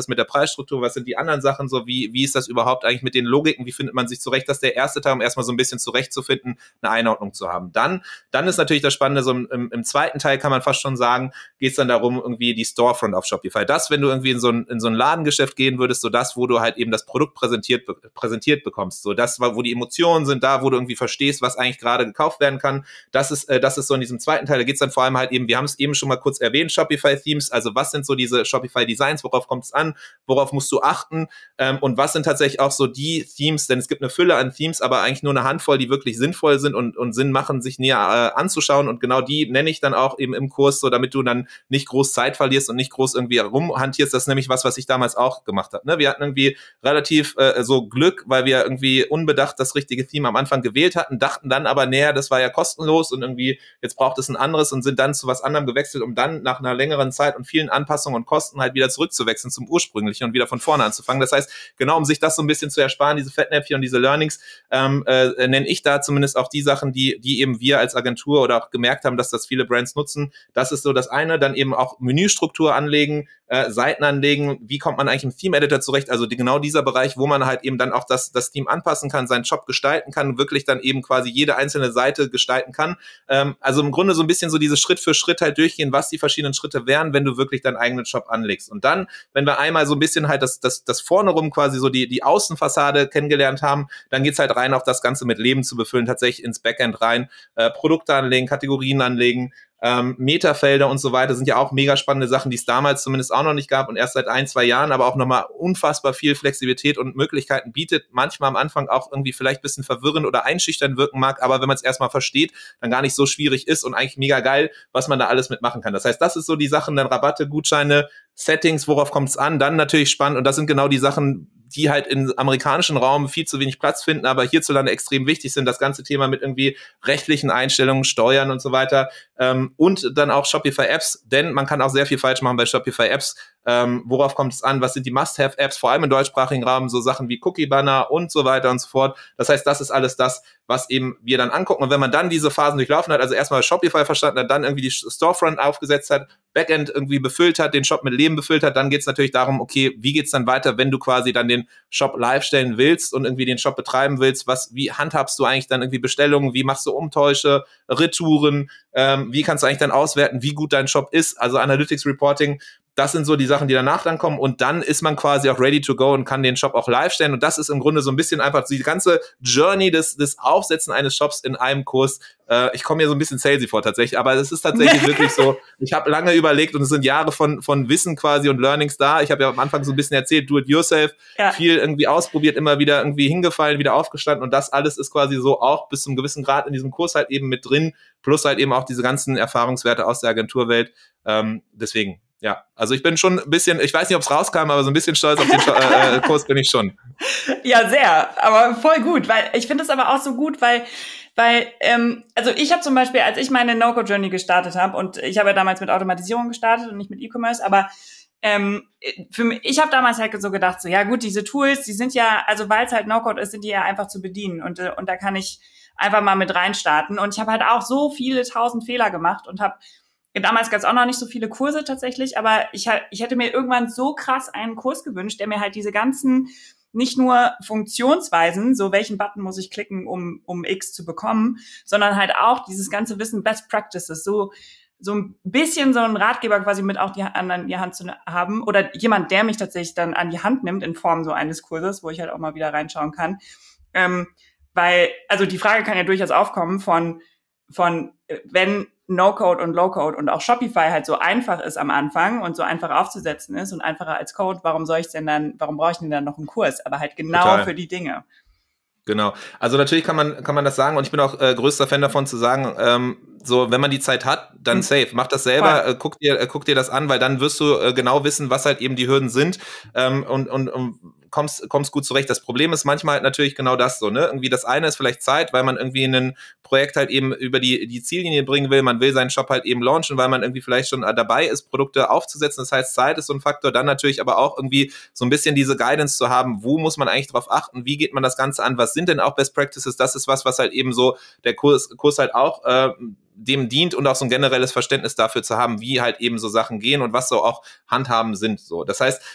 das mit der Preisstruktur, was sind die anderen Sachen so, wie, wie ist das überhaupt eigentlich mit den Logiken, wie findet man sich zurecht, das ist der erste Teil, um erstmal so ein bisschen zurechtzufinden, eine Einordnung zu haben. Dann, dann ist natürlich das Spannende, so im, im zweiten Teil kann man fast schon sagen, geht es dann darum, irgendwie die Storefront auf Shopify. Das, wenn du irgendwie in so ein, in so ein Ladengeschäft gehen würdest, so das, wo du halt eben das Produkt präsentiert, präsentiert bekommst, so das, wo die Emotionen sind, da, wo du irgendwie verstehst, was eigentlich gerade gekauft werden kann, das ist, äh, das ist so in diesem zweiten Teil, da geht es dann vor allem halt eben, wir haben es eben schon mal kurz erwähnt, Shopify-Themes, also was sind so diese Shopify-Designs, worauf kommt es an, worauf musst du achten ähm, und was sind tatsächlich auch so die Themes, denn es gibt eine Fülle an Themes, aber eigentlich nur eine Handvoll, die wirklich sinnvoll sind und, und Sinn machen, sich näher äh, anzuschauen und genau die nenne ich dann auch eben im Kurs, so damit du dann nicht groß Zeit verlierst und nicht groß irgendwie rumhantierst. Das ist nämlich was, was ich damals auch gemacht habe. Ne? Wir hatten irgendwie relativ äh, so Glück, weil wir irgendwie unbedacht das richtige Theme am Anfang gewählt hatten, dachten dann aber näher, das war ja kostenlos und irgendwie jetzt braucht es ein anderes und sind dann zu was anderem gewechselt, um dann nach einer längeren Zeit und vielen Anpassungen und Kosten halt wieder zurückzuwechseln zum ursprünglichen und wieder von vorne anzufangen. Das heißt, genau um sich das so ein bisschen zu ersparen, diese Fettnäpfchen und diese Learnings, ähm, äh, nenne ich da zumindest auch die Sachen, die, die eben wir als Agentur oder auch gemerkt haben, dass das viele Brands nutzen. Das ist so das eine. Dann eben auch Menüstruktur anlegen, äh, Seiten anlegen. Wie kommt man eigentlich im Theme-Editor zurecht? Also die, genau dieser Bereich, wo man halt eben dann auch das, das Theme anpassen kann, seinen Shop gestalten kann, wirklich dann eben quasi jede einzelne Seite gestalten kann. Ähm, also im Grunde so ein bisschen so diese Schritt für Schritt halt durchgehen, was die verschiedenen Schritte wären, wenn du wirklich deinen eigenen Shop anlegst. Und dann, wenn wir einmal so ein bisschen halt das, das, das vorne rum quasi so die, die Außenfassade kennengelernt haben, dann geht's halt rein, auch das Ganze mit Leben zu befüllen, tatsächlich ins Backend rein, äh, Produkte anlegen, Kategorien anlegen, Ähm, Metafelder und so weiter sind ja auch mega spannende Sachen, die es damals zumindest auch noch nicht gab und erst seit ein, zwei Jahren, aber auch nochmal unfassbar viel Flexibilität und Möglichkeiten bietet. Manchmal am Anfang auch irgendwie vielleicht ein bisschen verwirrend oder einschüchternd wirken mag, aber wenn man es erstmal versteht, dann gar nicht so schwierig ist und eigentlich mega geil, was man da alles mitmachen kann. Das heißt, das ist so die Sachen, dann Rabatte, Gutscheine, Settings, worauf kommt es an, dann natürlich spannend und das sind genau die Sachen, die halt im amerikanischen Raum viel zu wenig Platz finden, aber hierzulande extrem wichtig sind, das ganze Thema mit irgendwie rechtlichen Einstellungen, Steuern und so weiter ähm, und dann auch Shopify-Apps, denn man kann auch sehr viel falsch machen bei Shopify-Apps. Ähm, worauf kommt es an? Was sind die Must-Have-Apps, vor allem im deutschsprachigen Raum, so Sachen wie Cookie-Banner und so weiter und so fort. Das heißt, das ist alles das, was eben wir dann angucken. Und wenn man dann diese Phasen durchlaufen hat, also erstmal Shopify verstanden hat, dann irgendwie die Storefront aufgesetzt hat, Backend irgendwie befüllt hat, den Shop mit Leben befüllt hat, dann geht es natürlich darum, okay, wie geht's dann weiter, wenn du quasi dann den Shop live stellen willst und irgendwie den Shop betreiben willst, was, wie handhabst du eigentlich dann irgendwie Bestellungen, wie machst du Umtäusche, Retouren, ähm, wie kannst du eigentlich dann auswerten, wie gut dein Shop ist, also Analytics Reporting. Das sind so die Sachen, die danach dann kommen und dann ist man quasi auch ready to go und kann den Shop auch live stellen und das ist im Grunde so ein bisschen einfach die ganze Journey des, des Aufsetzen eines Shops in einem Kurs. Äh, ich komme mir so ein bisschen salesy vor tatsächlich, aber es ist tatsächlich wirklich so, ich habe lange überlegt und es sind Jahre von, von Wissen quasi und Learnings da. Ich habe ja am Anfang so ein bisschen erzählt, do it yourself, ja. Viel irgendwie ausprobiert, immer wieder irgendwie hingefallen, wieder aufgestanden und das alles ist quasi so auch bis zum gewissen Grad in diesem Kurs halt eben mit drin, plus halt eben auch diese ganzen Erfahrungswerte aus der Agenturwelt. Ähm, deswegen ja, also ich bin schon ein bisschen, ich weiß nicht, ob es rauskam, aber so ein bisschen stolz auf den äh, Kurs bin ich schon. Ja, sehr, aber voll gut, weil ich finde es aber auch so gut, weil weil ähm, also ich habe zum Beispiel, als ich meine No-Code-Journey gestartet habe und ich habe ja damals mit Automatisierung gestartet und nicht mit E-Commerce, aber ähm, für mich, ich habe damals halt so gedacht, so ja gut, diese Tools, die sind ja, also weil es halt No-Code ist, sind die ja einfach zu bedienen und äh, und da kann ich einfach mal mit reinstarten und ich habe halt auch so viele tausend Fehler gemacht und habe damals gab es auch noch nicht so viele Kurse tatsächlich, aber ich, ich hätte mir irgendwann so krass einen Kurs gewünscht, der mir halt diese ganzen, nicht nur Funktionsweisen, so welchen Button muss ich klicken, um um X zu bekommen, sondern halt auch dieses ganze Wissen, Best Practices, so so ein bisschen so ein Ratgeber quasi mit auch die, an die Hand zu haben oder jemand, der mich tatsächlich dann an die Hand nimmt in Form so eines Kurses, wo ich halt auch mal wieder reinschauen kann. Ähm, weil, also die Frage kann ja durchaus aufkommen von, von wenn No-Code und Low-Code und auch Shopify halt so einfach ist am Anfang und so einfach aufzusetzen ist und einfacher als Code, warum soll ich denn dann, warum brauche ich denn dann noch einen Kurs? Aber halt genau Total. Für die Dinge. Genau. Also natürlich kann man kann man das sagen und ich bin auch äh, größter Fan davon zu sagen, ähm, so wenn man die Zeit hat, dann hm. safe. Mach das selber, äh, guck dir äh, guck dir das an, weil dann wirst du äh, genau wissen, was halt eben die Hürden sind ähm, und und, und kommst kommst gut zurecht. Das Problem ist manchmal halt natürlich genau das so, ne? Irgendwie das eine ist vielleicht Zeit, weil man irgendwie ein Projekt halt eben über die die Ziellinie bringen will, man will seinen Shop halt eben launchen, weil man irgendwie vielleicht schon dabei ist, Produkte aufzusetzen. Das heißt, Zeit ist so ein Faktor, dann natürlich aber auch irgendwie so ein bisschen diese Guidance zu haben, wo muss man eigentlich drauf achten, wie geht man das Ganze an, was sind denn auch Best Practices? Das ist was, was halt eben so der Kurs Kurs halt auch äh, dem dient und auch so ein generelles Verständnis dafür zu haben, wie halt eben so Sachen gehen und was so auch Handhaben sind. So, das heißt,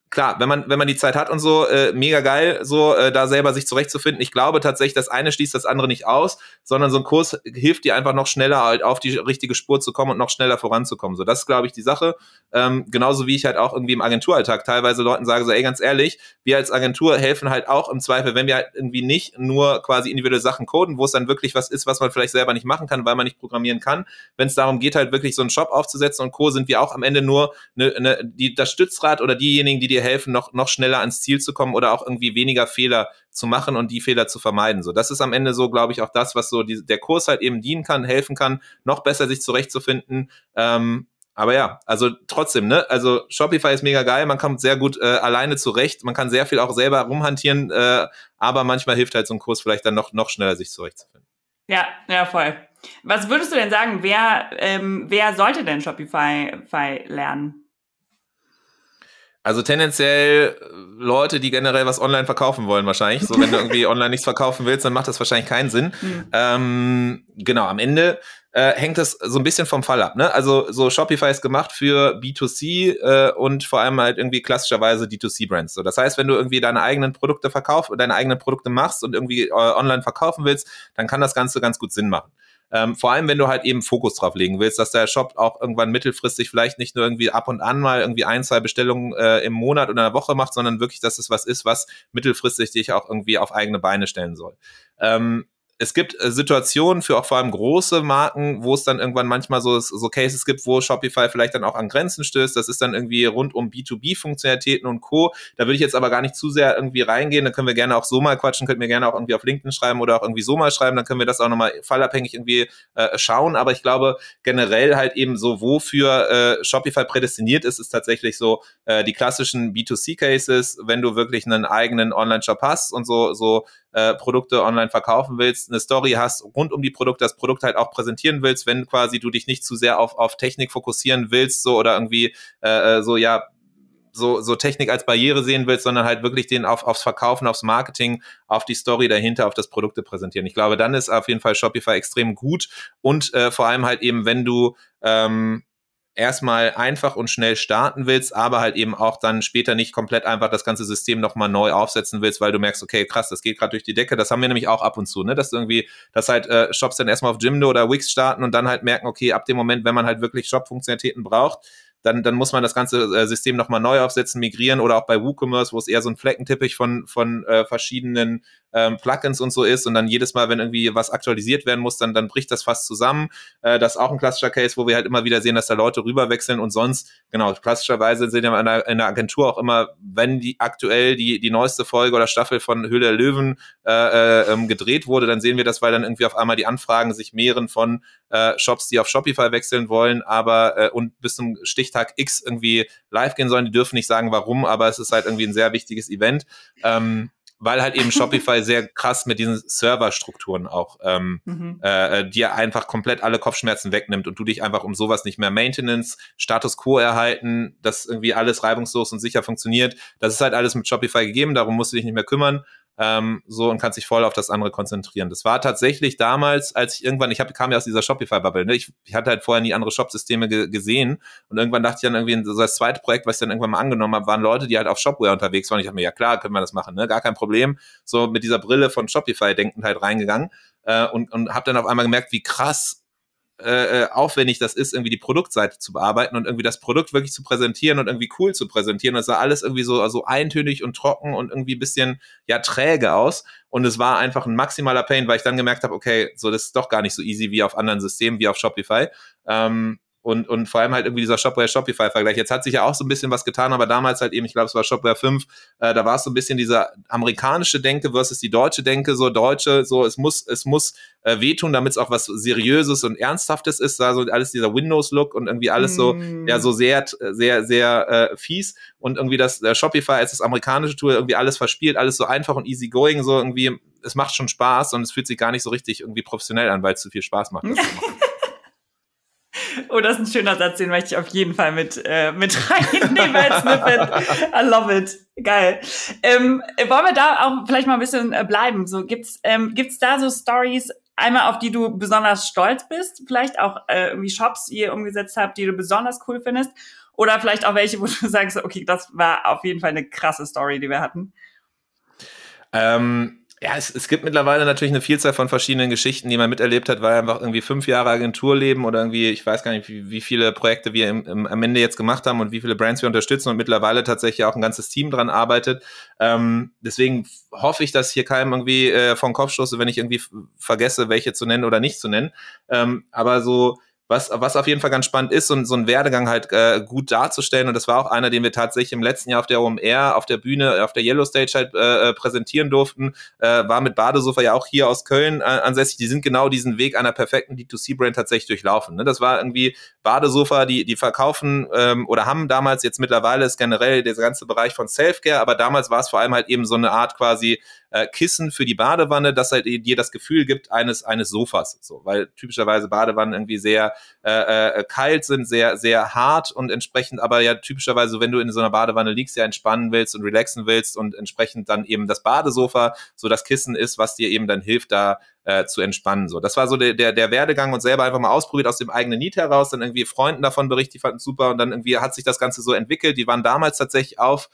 klar, wenn man wenn man die Zeit hat und so, äh, mega geil, so äh, da selber sich zurechtzufinden. Ich glaube tatsächlich, das eine schließt das andere nicht aus, sondern so ein Kurs hilft dir einfach noch schneller halt auf die richtige Spur zu kommen und noch schneller voranzukommen. So, das ist, glaube ich, die Sache. Ähm, genauso wie ich halt auch irgendwie im Agenturalltag teilweise Leuten sage, so, ey, ganz ehrlich, wir als Agentur helfen halt auch im Zweifel, wenn wir halt irgendwie nicht nur quasi individuelle Sachen coden, wo es dann wirklich was ist, was man vielleicht selber nicht machen kann, weil man nicht programmieren kann. Wenn es darum geht, halt wirklich so einen Shop aufzusetzen und Co., sind wir auch am Ende nur eine, eine, die, das Stützrad oder diejenigen, die dir helfen, noch, noch schneller ans Ziel zu kommen oder auch irgendwie weniger Fehler zu machen und die Fehler zu vermeiden. So, das ist am Ende so, glaube ich, auch das, was so die, der Kurs halt eben dienen kann, helfen kann, noch besser sich zurechtzufinden. Ähm, aber ja, also trotzdem, ne, also Shopify ist mega geil, man kommt sehr gut äh, alleine zurecht, man kann sehr viel auch selber rumhantieren, äh, aber manchmal hilft halt so ein Kurs vielleicht dann noch, noch schneller sich zurechtzufinden. Ja, ja, voll. Was würdest du denn sagen, wer, ähm, wer sollte denn Shopify lernen? Also tendenziell Leute, die generell was online verkaufen wollen wahrscheinlich. So, wenn du irgendwie online nichts verkaufen willst, dann macht das wahrscheinlich keinen Sinn. Mhm. Ähm, genau, am Ende äh, hängt das so ein bisschen vom Fall ab. Ne? Also so Shopify ist gemacht für B zwei C äh, und vor allem halt irgendwie klassischerweise D zwei C-Brands. So, das heißt, wenn du irgendwie deine eigenen Produkte verkaufst, deine eigenen Produkte machst und irgendwie äh, online verkaufen willst, dann kann das Ganze ganz gut Sinn machen. Ähm, vor allem, wenn du halt eben Fokus drauf legen willst, dass der Shop auch irgendwann mittelfristig vielleicht nicht nur irgendwie ab und an mal irgendwie ein, zwei Bestellungen äh, im Monat oder in der Woche macht, sondern wirklich, dass es was ist, was mittelfristig dich auch irgendwie auf eigene Beine stellen soll. Ähm, Es gibt äh, Situationen für auch vor allem große Marken, wo es dann irgendwann manchmal so, so Cases gibt, wo Shopify vielleicht dann auch an Grenzen stößt. Das ist dann irgendwie rund um B zwei B-Funktionalitäten und Co. Da würde ich jetzt aber gar nicht zu sehr irgendwie reingehen. Da können wir gerne auch so mal quatschen, könnt mir gerne auch irgendwie auf LinkedIn schreiben oder auch irgendwie so mal schreiben. Dann können wir das auch nochmal fallabhängig irgendwie äh, schauen. Aber ich glaube generell halt eben so, wofür äh, Shopify prädestiniert ist, ist tatsächlich so äh, die klassischen B zwei C-Cases, wenn du wirklich einen eigenen Online-Shop hast und so, so Äh, Produkte online verkaufen willst, eine Story hast rund um die Produkte, das Produkt halt auch präsentieren willst, wenn quasi du dich nicht zu sehr auf, auf Technik fokussieren willst, so oder irgendwie äh, so, ja, so, so Technik als Barriere sehen willst, sondern halt wirklich den auf, aufs Verkaufen, aufs Marketing, auf die Story dahinter, auf das Produkte präsentieren. Ich glaube, dann ist auf jeden Fall Shopify extrem gut und äh, vor allem halt eben, wenn du ähm, erstmal einfach und schnell starten willst, aber halt eben auch dann später nicht komplett einfach das ganze System nochmal neu aufsetzen willst, weil du merkst, okay, krass, das geht gerade durch die Decke. Das haben wir nämlich auch ab und zu, ne, dass irgendwie, dass halt äh, Shops dann erstmal auf Jimdo oder Wix starten und dann halt merken, okay, ab dem Moment, wenn man halt wirklich Shop-Funktionalitäten braucht, dann, dann muss man das ganze äh, System nochmal neu aufsetzen, migrieren oder auch bei WooCommerce, wo es eher so ein Fleckenteppich von, von äh, verschiedenen ähm, Plugins und so ist und dann jedes Mal, wenn irgendwie was aktualisiert werden muss, dann, dann bricht das fast zusammen. Äh, das ist auch ein klassischer Case, wo wir halt immer wieder sehen, dass da Leute rüberwechseln und sonst, genau, klassischerweise sehen wir in der, in der Agentur auch immer, wenn die aktuell die, die neueste Folge oder Staffel von Höhle der Löwen äh, äh, gedreht wurde, dann sehen wir das, weil dann irgendwie auf einmal die Anfragen sich mehren von äh, Shops, die auf Shopify wechseln wollen, aber äh, und bis zum Stichtag X irgendwie live gehen sollen. Die dürfen nicht sagen, warum, aber es ist halt irgendwie ein sehr wichtiges Event. Ähm, weil halt eben Shopify sehr krass mit diesen Serverstrukturen auch ähm, mhm. äh, dir einfach komplett alle Kopfschmerzen wegnimmt und du dich einfach um sowas nicht mehr Maintenance, Status Quo erhalten, dass irgendwie alles reibungslos und sicher funktioniert. Das ist halt alles mit Shopify gegeben, darum musst du dich nicht mehr kümmern. Ähm, so und kannst dich voll auf das andere konzentrieren. Das war tatsächlich damals, als ich irgendwann, ich hab, kam ja aus dieser Shopify-Bubble, ne? ich, ich hatte halt vorher nie andere Shop-Systeme ge- gesehen und irgendwann dachte ich dann irgendwie, so das zweite Projekt, was ich dann irgendwann mal angenommen habe, waren Leute, die halt auf Shopware unterwegs waren. Ich dachte mir, ja klar, können wir das machen, ne? Gar kein Problem. So mit dieser Brille von Shopify denkend halt reingegangen äh, und, und habe dann auf einmal gemerkt, wie krass Äh, aufwendig das ist, irgendwie die Produktseite zu bearbeiten und irgendwie das Produkt wirklich zu präsentieren und irgendwie cool zu präsentieren. Und es sah alles irgendwie so also eintönig und trocken und irgendwie ein bisschen ja träge aus. Und es war einfach ein maximaler Pain, weil ich dann gemerkt habe, okay, so das ist doch gar nicht so easy wie auf anderen Systemen, wie auf Shopify. Ähm, Und, und vor allem halt irgendwie dieser Shopware-Shopify-Vergleich. Jetzt hat sich ja auch so ein bisschen was getan, aber damals halt eben, ich glaube, es war Shopware fünf, äh, da war es so ein bisschen diese amerikanische Denke versus die deutsche Denke, so deutsche, so es muss, es muss äh, wehtun, damit es auch was Seriöses und Ernsthaftes ist, da so alles dieser Windows-Look und irgendwie alles so, mm. ja, so sehr, sehr, sehr äh, fies und irgendwie das äh, Shopify als das amerikanische Tool irgendwie alles verspielt, alles so einfach und easy going, so irgendwie, es macht schon Spaß und es fühlt sich gar nicht so richtig irgendwie professionell an, weil es zu viel Spaß macht, das zu machen. Oh, das ist ein schöner Satz, den möchte ich auf jeden Fall mit, äh, mit reinnehmen als Snippet. I love it. Geil. Ähm, wollen wir da auch vielleicht mal ein bisschen äh, bleiben? So, gibt's, ähm, gibt's da so Stories einmal, auf die du besonders stolz bist, vielleicht auch äh, irgendwie Shops, die ihr umgesetzt habt, die du besonders cool findest, oder vielleicht auch welche, wo du sagst, okay, das war auf jeden Fall eine krasse Story, die wir hatten. Ähm, ja, es, es gibt mittlerweile natürlich eine Vielzahl von verschiedenen Geschichten, die man miterlebt hat, weil einfach irgendwie fünf Jahre Agenturleben oder irgendwie, ich weiß gar nicht, wie, wie viele Projekte wir im, im, am Ende jetzt gemacht haben und wie viele Brands wir unterstützen und mittlerweile tatsächlich auch ein ganzes Team dran arbeitet. Ähm, deswegen hoffe ich, dass hier keinem irgendwie äh, vom Kopf stoße, wenn ich irgendwie f- vergesse, welche zu nennen oder nicht zu nennen. Ähm, aber so Was, was auf jeden Fall ganz spannend ist, so, so einen Werdegang halt äh, gut darzustellen. Und das war auch einer, den wir tatsächlich im letzten Jahr auf der O M R, auf der Bühne, auf der Yellow Stage halt äh, präsentieren durften. Äh, war mit Badesofa ja auch hier aus Köln äh, ansässig. Die sind genau diesen Weg einer perfekten D zwei C-Brand tatsächlich durchlaufen. Ne? Das war irgendwie Badesofa, die die verkaufen ähm, oder haben damals, jetzt mittlerweile ist generell der ganze Bereich von Selfcare, aber damals war es vor allem halt eben so eine Art quasi äh, Kissen für die Badewanne, das halt dir das Gefühl gibt eines eines Sofas. So, weil typischerweise Badewannen irgendwie sehr Äh, äh, kalt sind, sehr, sehr hart und entsprechend aber ja typischerweise, wenn du in so einer Badewanne liegst, ja entspannen willst und relaxen willst und entsprechend dann eben das Badesofa so das Kissen ist, was dir eben dann hilft, da äh, zu entspannen. So, das war so der, der, der Werdegang und selber einfach mal ausprobiert aus dem eigenen Need heraus, dann irgendwie Freunden davon berichtet, die fanden es super und dann irgendwie hat sich das Ganze so entwickelt. Die waren damals tatsächlich auf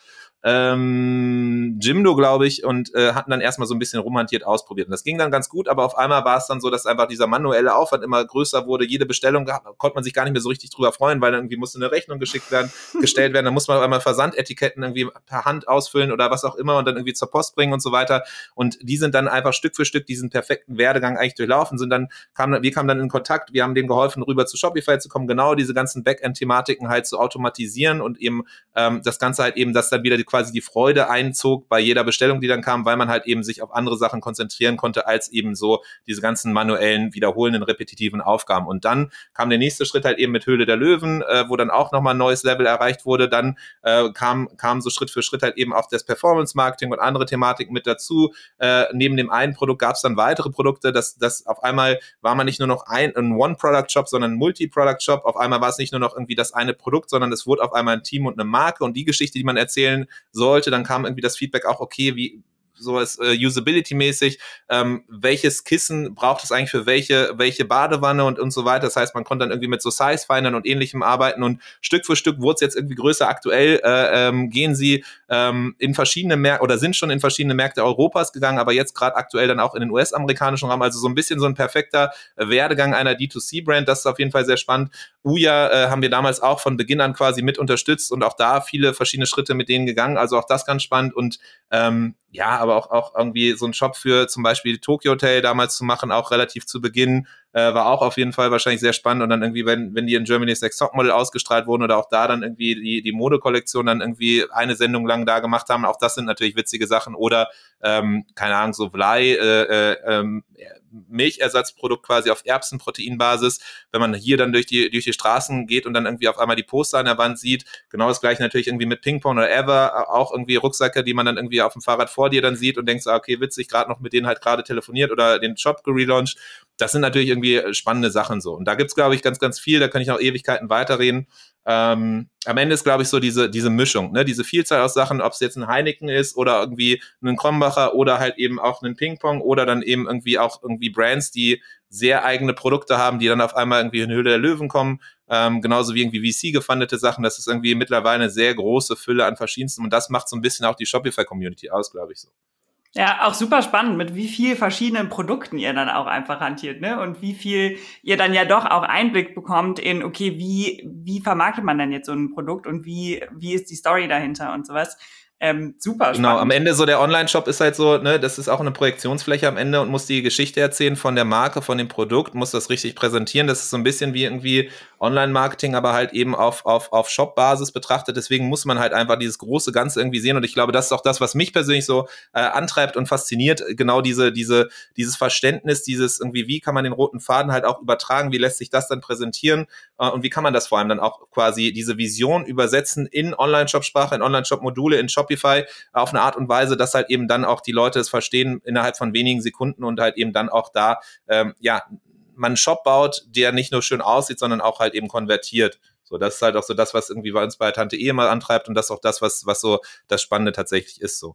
ähm, Jimdo, glaube ich, und äh, hatten dann erstmal so ein bisschen rumhantiert ausprobiert. Und das ging dann ganz gut, aber auf einmal war es dann so, dass einfach dieser manuelle Aufwand immer größer wurde. Jede Bestellung gehabt, konnte man sich gar nicht mehr so richtig drüber freuen, weil dann irgendwie musste eine Rechnung geschickt werden, gestellt werden. Dann muss man auf einmal Versandetiketten irgendwie per Hand ausfüllen oder was auch immer und dann irgendwie zur Post bringen und so weiter. Und die sind dann einfach Stück für Stück diesen perfekten Werdegang eigentlich durchlaufen, sind dann, kamen, wir kamen dann in Kontakt, wir haben denen geholfen, rüber zu Shopify zu kommen, genau diese ganzen Backend-Thematiken halt zu automatisieren und eben ähm, das Ganze halt eben, dass dann wieder die, quasi die Freude einzog bei jeder Bestellung, die dann kam, weil man halt eben sich auf andere Sachen konzentrieren konnte, als eben so diese ganzen manuellen, wiederholenden, repetitiven Aufgaben. Und dann kam der nächste Schritt halt eben mit Höhle der Löwen, äh, wo dann auch nochmal ein neues Level erreicht wurde. Dann äh, kam, kam so Schritt für Schritt halt eben auch das Performance-Marketing und andere Thematiken mit dazu. Äh, neben dem einen Produkt gab es dann weitere Produkte, dass das auf einmal war man nicht nur noch ein, ein One-Product-Shop, sondern ein Multi-Product-Shop. Auf einmal war es nicht nur noch irgendwie das eine Produkt, sondern es wurde auf einmal ein Team und eine Marke und die Geschichte, die man erzählen sollte. Dann kam irgendwie das Feedback auch, okay, wie sowas äh, Usability-mäßig, ähm, welches Kissen braucht es eigentlich für welche welche Badewanne und und so weiter. Das heißt, man konnte dann irgendwie mit so Size-Findern und Ähnlichem arbeiten und Stück für Stück wurde es jetzt irgendwie größer. Aktuell äh, ähm, gehen sie ähm, in verschiedene Märkte oder sind schon in verschiedene Märkte Europas gegangen, aber jetzt gerade aktuell dann auch in den U S-amerikanischen Raum. Also so ein bisschen so ein perfekter äh, Werdegang einer D zwei C-Brand. Das ist auf jeden Fall sehr spannend. Ouya äh, haben wir damals auch von Beginn an quasi mit unterstützt und auch da viele verschiedene Schritte mit denen gegangen. Also auch das ganz spannend und ähm, ja, aber auch, auch irgendwie so ein Shop für zum Beispiel Tokyo Hotel damals zu machen, auch relativ zu Beginn, äh, war auch auf jeden Fall wahrscheinlich sehr spannend. Und dann irgendwie, wenn, wenn die in Germany's Next Topmodel ausgestrahlt wurden oder auch da dann irgendwie die, die Modekollektion dann irgendwie eine Sendung lang da gemacht haben, auch das sind natürlich witzige Sachen. Oder, ähm, keine Ahnung, so Vlai, äh, äh, ähm, Milchersatzprodukt quasi auf Erbsenproteinbasis. Wenn man hier dann durch die, durch die Straßen geht und dann irgendwie auf einmal die Poster an der Wand sieht, genau das gleiche natürlich irgendwie mit Ping-Pong oder Ever, auch irgendwie Rucksäcke, die man dann irgendwie auf dem Fahrrad vor dir dann sieht und denkst, okay, witzig, gerade noch mit denen halt gerade telefoniert oder den Shop gelauncht. Das sind natürlich irgendwie spannende Sachen so. Und da gibt's, glaube ich, ganz, ganz viel, da kann ich noch Ewigkeiten weiterreden. Ähm, am Ende ist, glaube ich, so diese, diese Mischung, ne? Diese Vielzahl aus Sachen, ob es jetzt ein Heineken ist oder irgendwie ein Krombacher oder halt eben auch ein Ping-Pong oder dann eben irgendwie auch irgendwie Brands, die sehr eigene Produkte haben, die dann auf einmal irgendwie in Höhle der Löwen kommen, ähm, genauso wie irgendwie V C-gefundete Sachen. Das ist irgendwie mittlerweile eine sehr große Fülle an verschiedensten und das macht so ein bisschen auch die Shopify-Community aus, glaube ich so. Ja, auch super spannend, mit wie viel verschiedenen Produkten ihr dann auch einfach hantiert, ne? Und wie viel ihr dann ja doch auch Einblick bekommt in, okay, wie, wie vermarktet man denn jetzt so ein Produkt und wie, wie ist die Story dahinter und sowas. Ähm, super spannend. Genau, am Ende so der Online-Shop ist halt so, ne, das ist auch eine Projektionsfläche am Ende und muss die Geschichte erzählen von der Marke, von dem Produkt, muss das richtig präsentieren. Das ist so ein bisschen wie irgendwie Online-Marketing, aber halt eben auf, auf, auf Shop-Basis betrachtet. Deswegen muss man halt einfach dieses große Ganze irgendwie sehen. Und ich glaube, das ist auch das, was mich persönlich so äh, antreibt und fasziniert. Genau diese, diese, dieses Verständnis, dieses irgendwie, wie kann man den roten Faden halt auch übertragen? Wie lässt sich das dann präsentieren? Äh, und wie kann man das vor allem dann auch quasi diese Vision übersetzen in Online-Shop-Sprache, in Online-Shop-Module, in Shopify auf eine Art und Weise, dass halt eben dann auch die Leute es verstehen innerhalb von wenigen Sekunden und halt eben dann auch da, ähm, ja, man einen Shop baut, der nicht nur schön aussieht, sondern auch halt eben konvertiert. So, das ist halt auch so das, was irgendwie bei uns bei Tante E mal antreibt und das ist auch das, was, was so das Spannende tatsächlich ist, so.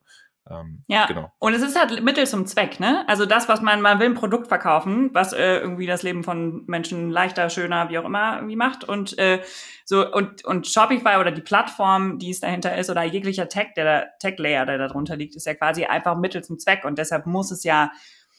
Ähm, ja, genau. Und es ist halt Mittel zum Zweck, ne? Also das, was man, man will ein Produkt verkaufen, was äh, irgendwie das Leben von Menschen leichter, schöner, wie auch immer irgendwie macht und äh, so und und Shopify oder die Plattform, die es dahinter ist oder jeglicher Tech, der da, Tech-Layer, der da drunter liegt, ist ja quasi einfach Mittel zum Zweck und deshalb muss es ja